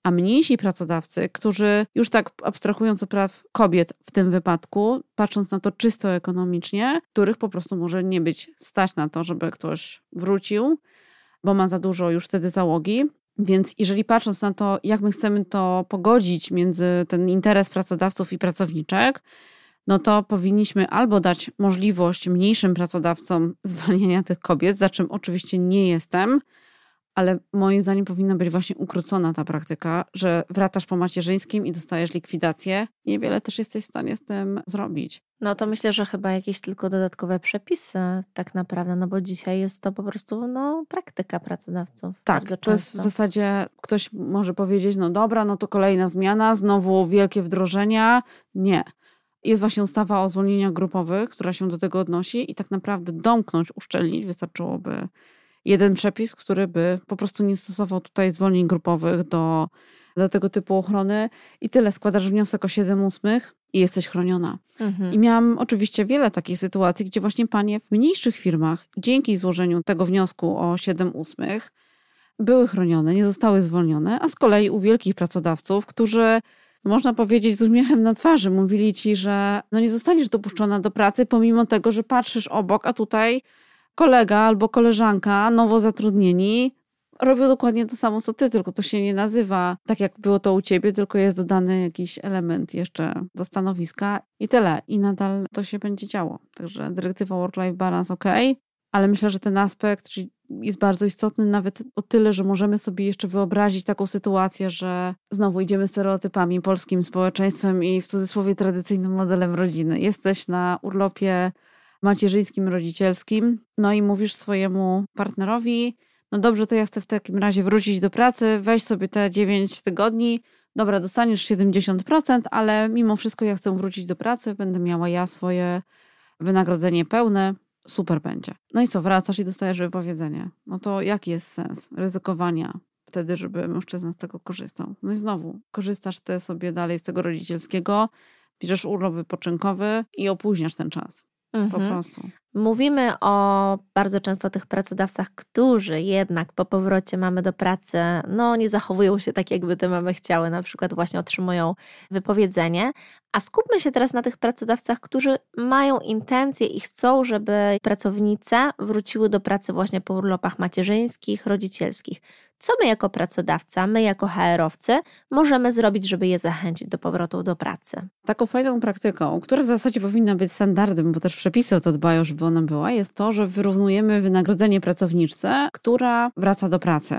B: A mniejsi pracodawcy, którzy już tak abstrahując od praw kobiet w tym wypadku, patrząc na to czysto ekonomicznie, których po prostu może nie być stać na to, żeby ktoś wrócił, bo ma za dużo już wtedy załogi. Więc jeżeli patrząc na to, jak my chcemy to pogodzić między ten interes pracodawców i pracowniczek, no to powinniśmy albo dać możliwość mniejszym pracodawcom zwalniania tych kobiet, za czym oczywiście nie jestem, ale moim zdaniem powinna być właśnie ukrócona ta praktyka, że wracasz po macierzyńskim i dostajesz likwidację. Niewiele też jesteś w stanie z tym zrobić.
A: No to myślę, że chyba jakieś tylko dodatkowe przepisy tak naprawdę, no bo dzisiaj jest to po prostu no, praktyka pracodawców.
B: Tak, to jest w zasadzie, ktoś może powiedzieć, no dobra, no to kolejna zmiana, znowu wielkie wdrożenia. Nie. Jest właśnie ustawa o zwolnieniach grupowych, która się do tego odnosi i tak naprawdę domknąć, uszczelnić wystarczyłoby jeden przepis, który by po prostu nie stosował tutaj zwolnień grupowych do, do tego typu ochrony i tyle. Składasz wniosek o siedem ósmych i jesteś chroniona. Mhm. I miałam oczywiście wiele takich sytuacji, gdzie właśnie panie w mniejszych firmach dzięki złożeniu tego wniosku o siedem ósmych były chronione, nie zostały zwolnione, a z kolei u wielkich pracodawców, którzy można powiedzieć z uśmiechem na twarzy, mówili ci, że no nie zostaniesz dopuszczona do pracy pomimo tego, że patrzysz obok, a tutaj kolega albo koleżanka, nowo zatrudnieni, robią dokładnie to samo, co ty, tylko to się nie nazywa tak, jak było to u ciebie, tylko jest dodany jakiś element jeszcze do stanowiska i tyle. I nadal to się będzie działo. Także dyrektywa Work-Life Balance ok, ale myślę, że ten aspekt jest bardzo istotny nawet o tyle, że możemy sobie jeszcze wyobrazić taką sytuację, że znowu idziemy stereotypami, polskim społeczeństwem i w cudzysłowie tradycyjnym modelem rodziny. Jesteś na urlopie macierzyńskim, rodzicielskim, no i mówisz swojemu partnerowi, no dobrze, to ja chcę w takim razie wrócić do pracy, weź sobie te dziewięć tygodni, dobra, dostaniesz siedemdziesiąt procent, ale mimo wszystko ja chcę wrócić do pracy, będę miała ja swoje wynagrodzenie pełne, super będzie. No i co, wracasz i dostajesz wypowiedzenie. No to jaki jest sens ryzykowania wtedy, żeby mężczyzna z tego korzystał? No i znowu, korzystasz ty sobie dalej z tego rodzicielskiego, bierzesz urlop wypoczynkowy i opóźniasz ten czas. Mhm. Po prostu.
A: Mówimy o bardzo często tych pracodawcach, którzy jednak po powrocie mamy do pracy, no nie zachowują się tak, jakby te mamy chciały, na przykład właśnie otrzymują wypowiedzenie. A skupmy się teraz na tych pracodawcach, którzy mają intencje i chcą, żeby pracownice wróciły do pracy właśnie po urlopach macierzyńskich, rodzicielskich. Co my jako pracodawca, my jako H R-owcy możemy zrobić, żeby je zachęcić do powrotu do pracy?
B: Taką fajną praktyką, która w zasadzie powinna być standardem, bo też przepisy o to dbają, żeby ona była, jest to, że wyrównujemy wynagrodzenie pracowniczce, która wraca do pracy.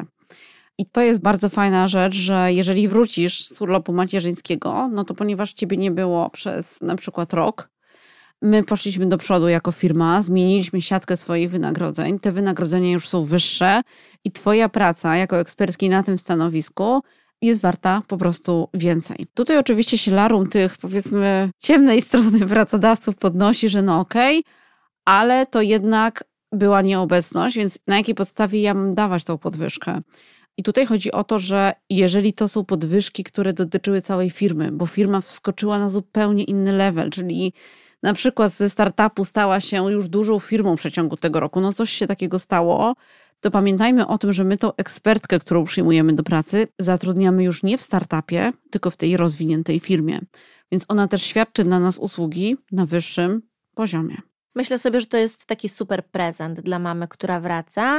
B: I to jest bardzo fajna rzecz, że jeżeli wrócisz z urlopu macierzyńskiego, no to ponieważ ciebie nie było przez na przykład rok, my poszliśmy do przodu jako firma, zmieniliśmy siatkę swoich wynagrodzeń, te wynagrodzenia już są wyższe i twoja praca jako ekspertki na tym stanowisku jest warta po prostu więcej. Tutaj oczywiście się larum tych, powiedzmy, ciemnej strony pracodawców podnosi, że no okej, okay, ale to jednak była nieobecność, więc na jakiej podstawie ja mam dawać tą podwyżkę? I tutaj chodzi o to, że jeżeli to są podwyżki, które dotyczyły całej firmy, bo firma wskoczyła na zupełnie inny level, czyli na przykład ze startupu stała się już dużą firmą w przeciągu tego roku, no coś się takiego stało, to pamiętajmy o tym, że my tą ekspertkę, którą przyjmujemy do pracy, zatrudniamy już nie w startupie, tylko w tej rozwiniętej firmie. Więc ona też świadczy dla nas usługi na wyższym poziomie.
A: Myślę sobie, że to jest taki super prezent dla mamy, która wraca,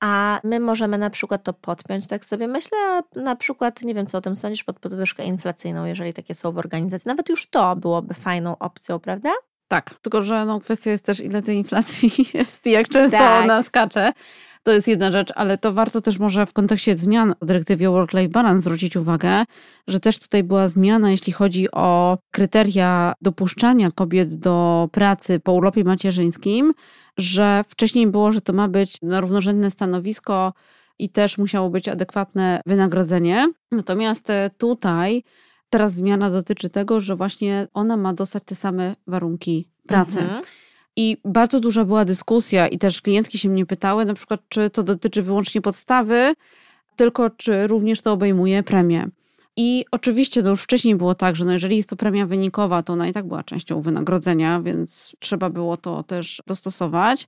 A: a my możemy na przykład to podpiąć, tak sobie myślę, na przykład, nie wiem co o tym sądzisz, pod podwyżkę inflacyjną, jeżeli takie są w organizacji. Nawet już to byłoby fajną opcją, prawda?
B: Tak, tylko że no, kwestia jest też, ile tej inflacji jest i jak często
A: tak.
B: ona skacze. To jest jedna rzecz, ale to warto też może w kontekście zmian o dyrektywie Work-Life Balance zwrócić uwagę, że też tutaj była zmiana, jeśli chodzi o kryteria dopuszczania kobiet do pracy po urlopie macierzyńskim, że wcześniej było, że to ma być na równorzędne stanowisko i też musiało być adekwatne wynagrodzenie. Natomiast tutaj teraz zmiana dotyczy tego, że właśnie ona ma dostać te same warunki pracy. Mhm. I bardzo duża była dyskusja i też klientki się mnie pytały, na przykład czy to dotyczy wyłącznie podstawy, tylko czy również to obejmuje premię. I oczywiście to już wcześniej było tak, że no jeżeli jest to premia wynikowa, to ona i tak była częścią wynagrodzenia, więc trzeba było to też dostosować.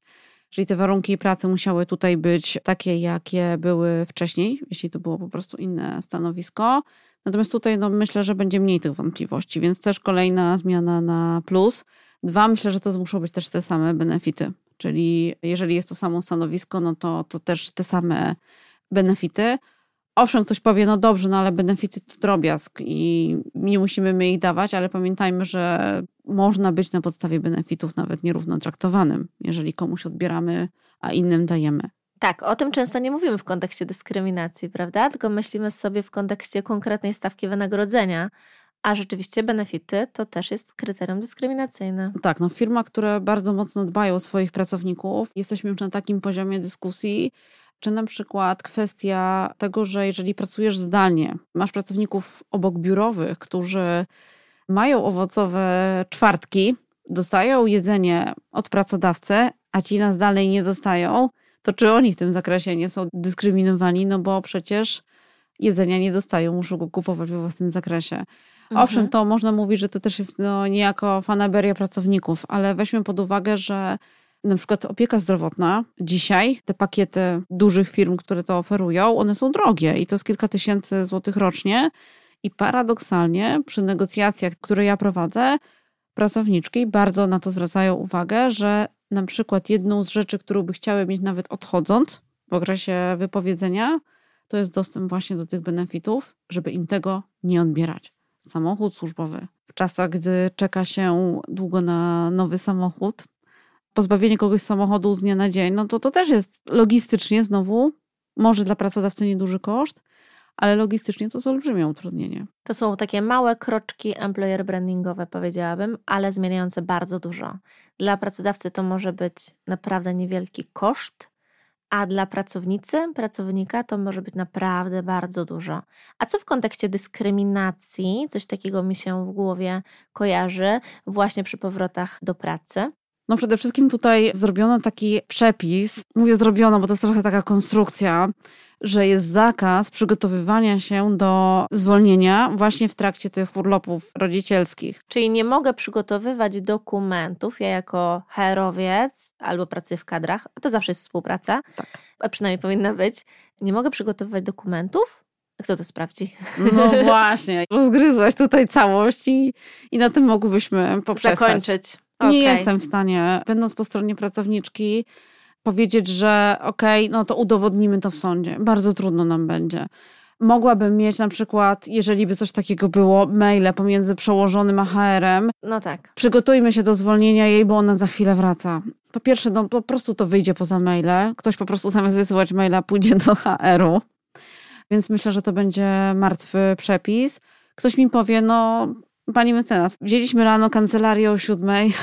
B: Czyli te warunki pracy musiały tutaj być takie, jakie były wcześniej, jeśli to było po prostu inne stanowisko. Natomiast tutaj no, myślę, że będzie mniej tych wątpliwości, więc też kolejna zmiana na plus. Dwa, myślę, że to muszą być też te same benefity. Czyli jeżeli jest to samo stanowisko, no to, to też te same benefity. Owszem, ktoś powie, no dobrze, no ale benefity to drobiazg i nie musimy my ich dawać, ale pamiętajmy, że można być na podstawie benefitów nawet nierówno traktowanym, jeżeli komuś odbieramy, a innym dajemy.
A: Tak, o tym często nie mówimy w kontekście dyskryminacji, prawda? Tylko myślimy sobie w kontekście konkretnej stawki wynagrodzenia, a rzeczywiście benefity to też jest kryterium dyskryminacyjne.
B: Tak, no firma, które bardzo mocno dbają o swoich pracowników, jesteśmy już na takim poziomie dyskusji, czy na przykład kwestia tego, że jeżeli pracujesz zdalnie, masz pracowników obok biurowych, którzy mają owocowe czwartki, dostają jedzenie od pracodawcy, a ci na zdalnej nie dostają, to czy oni w tym zakresie nie są dyskryminowani, no bo przecież jedzenia nie dostają, muszą go kupować we własnym zakresie. Mhm. Owszem, to można mówić, że to też jest no, niejako fanaberia pracowników, ale weźmy pod uwagę, że na przykład opieka zdrowotna dzisiaj, te pakiety dużych firm, które to oferują, one są drogie i to jest kilka tysięcy złotych rocznie i paradoksalnie przy negocjacjach, które ja prowadzę, pracowniczki bardzo na to zwracają uwagę, że na przykład jedną z rzeczy, którą by chciały mieć nawet odchodząc w okresie wypowiedzenia, to jest dostęp właśnie do tych benefitów, żeby im tego nie odbierać. Samochód służbowy. W czasach, gdy czeka się długo na nowy samochód, pozbawienie kogoś samochodu z dnia na dzień, no to to też jest logistycznie znowu, może dla pracodawcy nieduży koszt, ale logistycznie to jest olbrzymie utrudnienie.
A: To są takie małe kroczki employer brandingowe, powiedziałabym, ale zmieniające bardzo dużo. Dla pracodawcy to może być naprawdę niewielki koszt, a dla pracownicy, pracownika to może być naprawdę bardzo dużo. A co w kontekście dyskryminacji? Coś takiego mi się w głowie kojarzy właśnie przy powrotach do pracy.
B: No przede wszystkim tutaj zrobiono taki przepis, mówię zrobiono, bo to jest trochę taka konstrukcja, że jest zakaz przygotowywania się do zwolnienia właśnie w trakcie tych urlopów rodzicielskich.
A: Czyli nie mogę przygotowywać dokumentów, ja jako H R-owiec albo pracuję w kadrach, a to zawsze jest współpraca,
B: tak.
A: A przynajmniej powinna być, nie mogę przygotowywać dokumentów? Kto to sprawdzi?
B: No właśnie, rozgryzłaś tutaj całość i, i na tym mogłybyśmy poprzestać.
A: Zakończyć.
B: Nie
A: okay.
B: jestem w stanie, będąc po stronie pracowniczki, powiedzieć, że okej, okay, no to udowodnimy to w sądzie. Bardzo trudno nam będzie. Mogłabym mieć na przykład, jeżeli by coś takiego było, maile pomiędzy przełożonym a H R-em.
A: No tak.
B: Przygotujmy się do zwolnienia jej, bo ona za chwilę wraca. Po pierwsze, no po prostu to wyjdzie poza maile. Ktoś po prostu zamiast wysyłać maila pójdzie do H R-u. Więc myślę, że to będzie martwy przepis. Ktoś mi powie, no pani mecenas, wzięliśmy rano kancelarię o siódmej.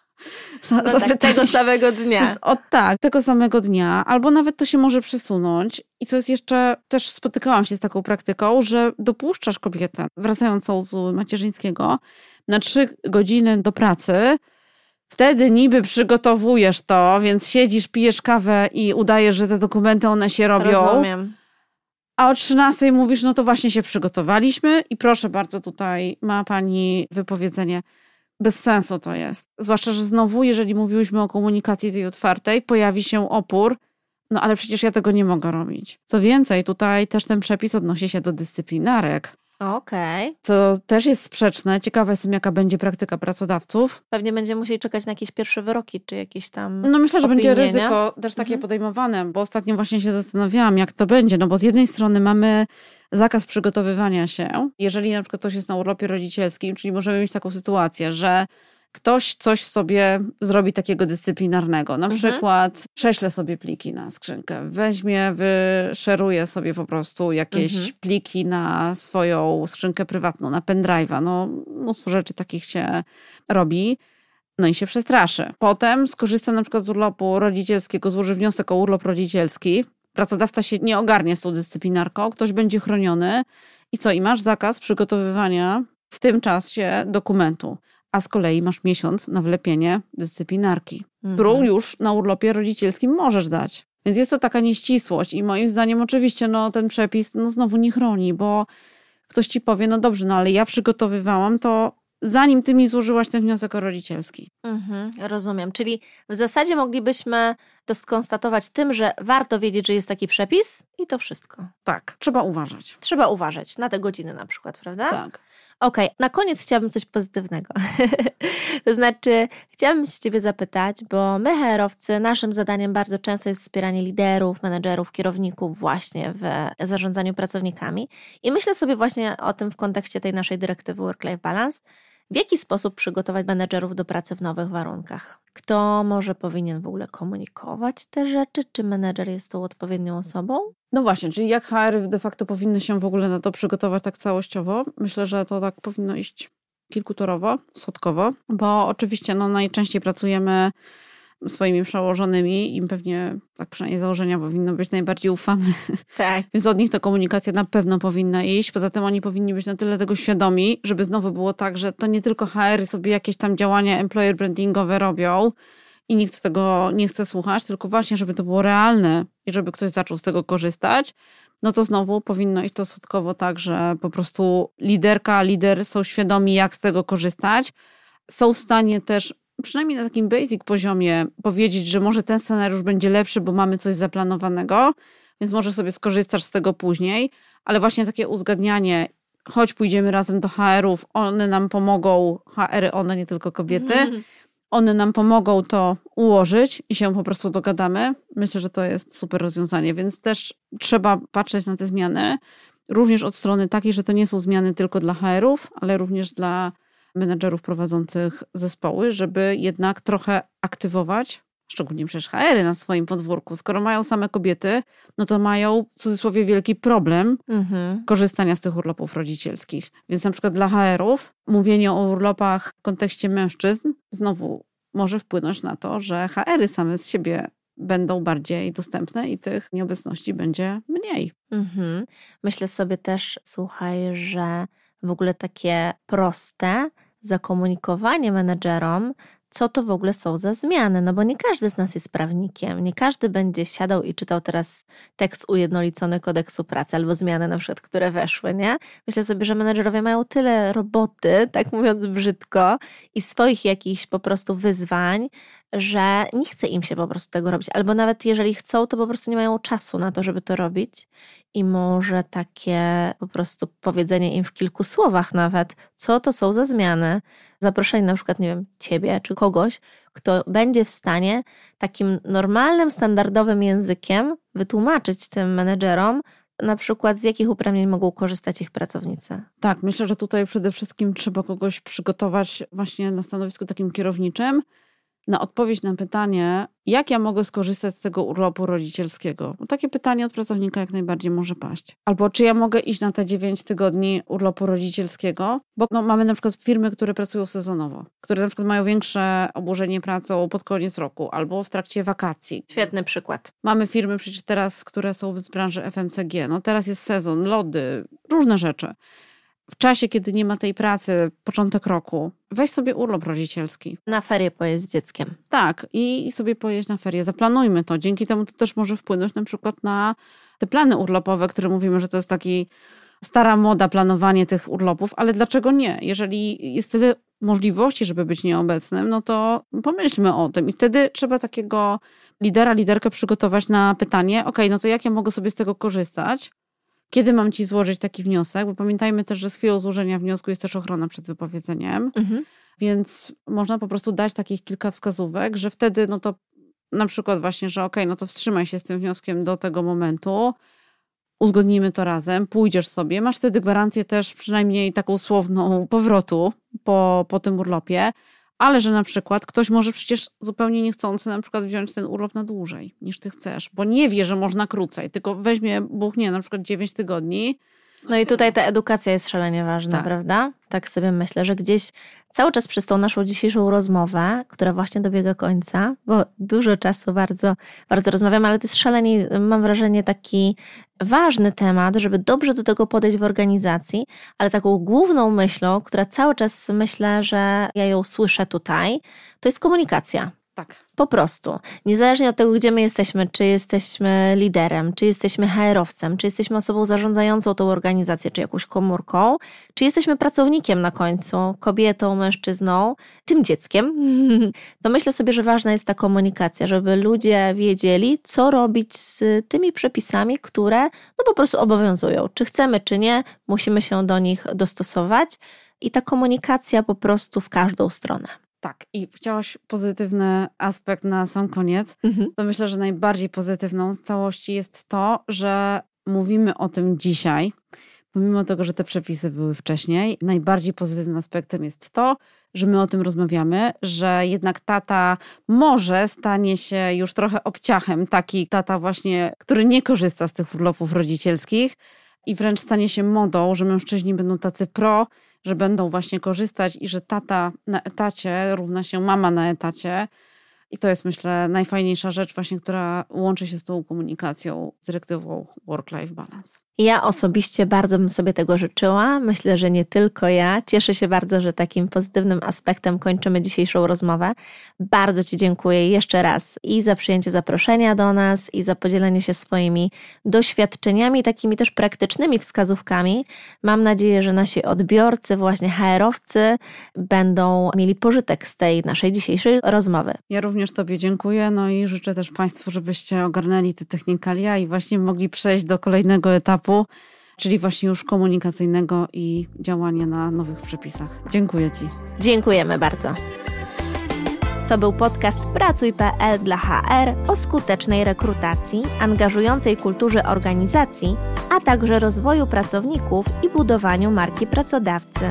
A: No tak, tego samego dnia.
B: O tak, tego samego dnia. Albo nawet to się może przesunąć. I co jest jeszcze, też spotykałam się z taką praktyką, że dopuszczasz kobietę wracającą z macierzyńskiego na trzy godziny do pracy. Wtedy niby przygotowujesz to, więc siedzisz, pijesz kawę i udajesz, że te dokumenty one się robią.
A: Rozumiem.
B: A o trzynastej mówisz, no to właśnie się przygotowaliśmy i proszę bardzo, tutaj ma pani wypowiedzenie. Bez sensu to jest. Zwłaszcza, że znowu, jeżeli mówiłyśmy o komunikacji tej otwartej, pojawi się opór, no ale przecież ja tego nie mogę robić. Co więcej, tutaj też ten przepis odnosi się do dyscyplinarek.
A: Okej. Okay.
B: Co też jest sprzeczne. Ciekawa jestem, jaka będzie praktyka pracodawców.
A: Pewnie będziemy musieli czekać na jakieś pierwsze wyroki, czy jakieś tam
B: No myślę, że
A: opinienia.
B: będzie ryzyko też takie mhm. podejmowane, bo ostatnio właśnie się zastanawiałam, jak to będzie. No bo z jednej strony mamy zakaz przygotowywania się. Jeżeli na przykład ktoś jest na urlopie rodzicielskim, czyli możemy mieć taką sytuację, że ktoś coś sobie zrobi takiego dyscyplinarnego. Na mhm. przykład prześle sobie pliki na skrzynkę, weźmie, wyszeruje sobie po prostu jakieś mhm. pliki na swoją skrzynkę prywatną, na pendrive'a. No mnóstwo rzeczy takich się robi. No i się przestraszy. Potem skorzysta na przykład z urlopu rodzicielskiego, złoży wniosek o urlop rodzicielski. Pracodawca się nie ogarnie z tą dyscyplinarką, ktoś będzie chroniony. I co? I masz zakaz przygotowywania w tym czasie dokumentu. A z kolei masz miesiąc na wlepienie dyscyplinarki, mhm. którą już na urlopie rodzicielskim możesz dać. Więc jest to taka nieścisłość i moim zdaniem oczywiście no, ten przepis no, znowu nie chroni, bo ktoś ci powie, no dobrze, no ale ja przygotowywałam to zanim ty mi złożyłaś ten wniosek o rodzicielski.
A: Mhm, rozumiem. Czyli w zasadzie moglibyśmy to skonstatować tym, że warto wiedzieć, że jest taki przepis i to wszystko.
B: Tak, trzeba uważać.
A: Trzeba uważać na te godziny na przykład, prawda?
B: Tak.
A: Okej, okay. Na koniec chciałabym coś pozytywnego. To znaczy, chciałabym się ciebie zapytać, bo my H R-owcy, naszym zadaniem bardzo często jest wspieranie liderów, menedżerów, kierowników właśnie w zarządzaniu pracownikami. I myślę sobie właśnie o tym w kontekście tej naszej dyrektywy Work-Life Balance. W jaki sposób przygotować menedżerów do pracy w nowych warunkach? Kto może powinien w ogóle komunikować te rzeczy? Czy menedżer jest tą odpowiednią osobą?
B: No właśnie, czyli jak H R de facto powinny się w ogóle na to przygotować tak całościowo? Myślę, że to tak powinno iść kilkutorowo, schodkowo, bo oczywiście no, najczęściej pracujemy swoimi przełożonymi, im pewnie, tak przynajmniej założenia powinno być, najbardziej ufamy.
A: Tak.
B: Więc od nich ta komunikacja na pewno powinna iść. Poza tym oni powinni być na tyle tego świadomi, żeby znowu było tak, że to nie tylko H R sobie jakieś tam działania employer brandingowe robią i nikt tego nie chce słuchać, tylko właśnie, żeby to było realne i żeby ktoś zaczął z tego korzystać, no to znowu powinno iść to schodkowo tak, że po prostu liderka, lider są świadomi, jak z tego korzystać. Są w stanie też przynajmniej na takim basic poziomie powiedzieć, że może ten scenariusz będzie lepszy, bo mamy coś zaplanowanego, więc może sobie skorzystasz z tego później, ale właśnie takie uzgadnianie, choć pójdziemy razem do H R-ów, one nam pomogą, H R-y, one nie tylko kobiety, mm. one nam pomogą to ułożyć i się po prostu dogadamy. Myślę, że to jest super rozwiązanie, więc też trzeba patrzeć na te zmiany, również od strony takiej, że to nie są zmiany tylko dla H R-ów, ale również dla menedżerów prowadzących zespoły, żeby jednak trochę aktywować, szczególnie przecież H R-y na swoim podwórku. Skoro mają same kobiety, no to mają w cudzysłowie wielki problem mhm. korzystania z tych urlopów rodzicielskich. Więc na przykład dla H R-ów mówienie o urlopach w kontekście mężczyzn znowu może wpłynąć na to, że H R-y same z siebie będą bardziej dostępne i tych nieobecności będzie mniej.
A: Mhm. Myślę sobie też, słuchaj, że w ogóle takie proste zakomunikowanie menedżerom, co to w ogóle są za zmiany, no bo nie każdy z nas jest prawnikiem, nie każdy będzie siadał i czytał teraz tekst ujednolicony kodeksu pracy albo zmiany na przykład, które weszły, nie? Myślę sobie, że menedżerowie mają tyle roboty, tak mówiąc brzydko, i swoich jakichś po prostu wyzwań, że nie chce im się po prostu tego robić, albo nawet jeżeli chcą, to po prostu nie mają czasu na to, żeby to robić i może takie po prostu powiedzenie im w kilku słowach nawet, co to są za zmiany, zaproszenie na przykład, nie wiem, ciebie czy kogoś, kto będzie w stanie takim normalnym, standardowym językiem wytłumaczyć tym menedżerom, na przykład z jakich uprawnień mogą korzystać ich pracownicy.
B: Tak, myślę, że tutaj przede wszystkim trzeba kogoś przygotować właśnie na stanowisku takim kierowniczym, na odpowiedź na pytanie, jak ja mogę skorzystać z tego urlopu rodzicielskiego. Bo takie pytanie od pracownika jak najbardziej może paść. Albo czy ja mogę iść na te dziewięć tygodni urlopu rodzicielskiego, bo no, mamy na przykład firmy, które pracują sezonowo, które na przykład mają większe obłożenie pracą pod koniec roku albo w trakcie wakacji.
A: Świetny przykład.
B: Mamy firmy przecież teraz, które są z branży F M C G. No teraz jest sezon, lody, różne rzeczy. W czasie, kiedy nie ma tej pracy, początek roku, weź sobie urlop rodzicielski.
A: Na ferie pojeść z dzieckiem.
B: Tak, i sobie pojeść na ferie. Zaplanujmy to. Dzięki temu to też może wpłynąć na przykład na te plany urlopowe, które mówimy, że to jest taki stara moda, planowanie tych urlopów, ale dlaczego nie? Jeżeli jest tyle możliwości, żeby być nieobecnym, no to pomyślmy o tym. I wtedy trzeba takiego lidera, liderkę przygotować na pytanie, ok, no to jak ja mogę sobie z tego korzystać? Kiedy mam ci złożyć taki wniosek? Bo pamiętajmy też, że z chwilą złożenia wniosku jest też ochrona przed wypowiedzeniem. Mhm. Więc można po prostu dać takich kilka wskazówek, że wtedy no to na przykład właśnie, że okej, okay, no to wstrzymaj się z tym wnioskiem do tego momentu, uzgodnimy to razem, pójdziesz sobie, masz wtedy gwarancję też przynajmniej taką słowną powrotu po, po tym urlopie, ale że na przykład ktoś może przecież zupełnie niechcący na przykład wziąć ten urlop na dłużej niż ty chcesz, bo nie wie, że można krócej, tylko weźmie, buchnie na przykład dziewięć tygodni.
A: No i tutaj ta edukacja jest szalenie ważna, tak. Prawda? Tak sobie myślę, że gdzieś cały czas przez tą naszą dzisiejszą rozmowę, która właśnie dobiega końca, bo dużo czasu bardzo, bardzo rozmawiamy, ale to jest szalenie, mam wrażenie, taki ważny temat, żeby dobrze do tego podejść w organizacji, ale taką główną myślą, która cały czas myślę, że ja ją słyszę tutaj, to jest komunikacja.
B: Tak.
A: Po prostu. Niezależnie od tego, gdzie my jesteśmy, czy jesteśmy liderem, czy jesteśmy H R-owcem, czy jesteśmy osobą zarządzającą tą organizację, czy jakąś komórką, czy jesteśmy pracownikiem na końcu, kobietą, mężczyzną, tym dzieckiem, to myślę sobie, że ważna jest ta komunikacja, żeby ludzie wiedzieli, co robić z tymi przepisami, które no po prostu obowiązują. Czy chcemy, czy nie, musimy się do nich dostosować i ta komunikacja po prostu w każdą stronę.
B: Tak, i chciałaś pozytywny aspekt na sam koniec.
A: Mhm.
B: To myślę, że najbardziej pozytywną z całości jest to, że mówimy o tym dzisiaj, pomimo tego, że te przepisy były wcześniej. Najbardziej pozytywnym aspektem jest to, że my o tym rozmawiamy, że jednak tata może stanie się już trochę obciachem, taki tata właśnie, który nie korzysta z tych urlopów rodzicielskich i wręcz stanie się modą, że mężczyźni będą tacy pro, że będą właśnie korzystać i że tata na etacie równa się mama na etacie. I to jest, myślę, najfajniejsza rzecz właśnie, która łączy się z tą komunikacją, z dyrektywą Work-Life Balance.
A: Ja osobiście bardzo bym sobie tego życzyła. Myślę, że nie tylko ja. Cieszę się bardzo, że takim pozytywnym aspektem kończymy dzisiejszą rozmowę. Bardzo Ci dziękuję jeszcze raz i za przyjęcie zaproszenia do nas i za podzielenie się swoimi doświadczeniami, takimi też praktycznymi wskazówkami. Mam nadzieję, że nasi odbiorcy, właśnie H R-owcy będą mieli pożytek z tej naszej dzisiejszej rozmowy.
B: Ja również Tobie dziękuję, no i życzę też Państwu, żebyście ogarnęli te technikalia i właśnie mogli przejść do kolejnego etapu, czyli właśnie już komunikacyjnego i działania na nowych przepisach. Dziękuję Ci.
A: Dziękujemy bardzo. To był podcast Pracuj kropka pe el dla H R o skutecznej rekrutacji, angażującej kulturze organizacji, a także rozwoju pracowników i budowaniu marki pracodawcy.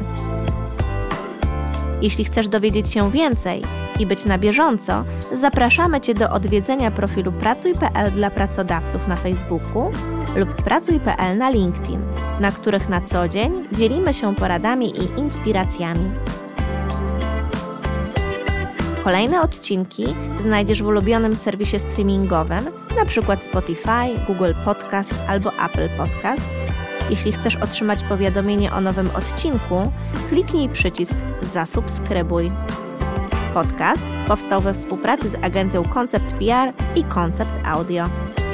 A: Jeśli chcesz dowiedzieć się więcej i być na bieżąco, zapraszamy Cię do odwiedzenia profilu Pracuj kropka pe el dla pracodawców na Facebooku lub Pracuj kropka pe el na LinkedIn, na których na co dzień dzielimy się poradami i inspiracjami. Kolejne odcinki znajdziesz w ulubionym serwisie streamingowym, np. Spotify, Google Podcast albo Apple Podcast. Jeśli chcesz otrzymać powiadomienie o nowym odcinku, kliknij przycisk Zasubskrybuj. Podcast powstał we współpracy z agencją Concept P R i Concept Audio.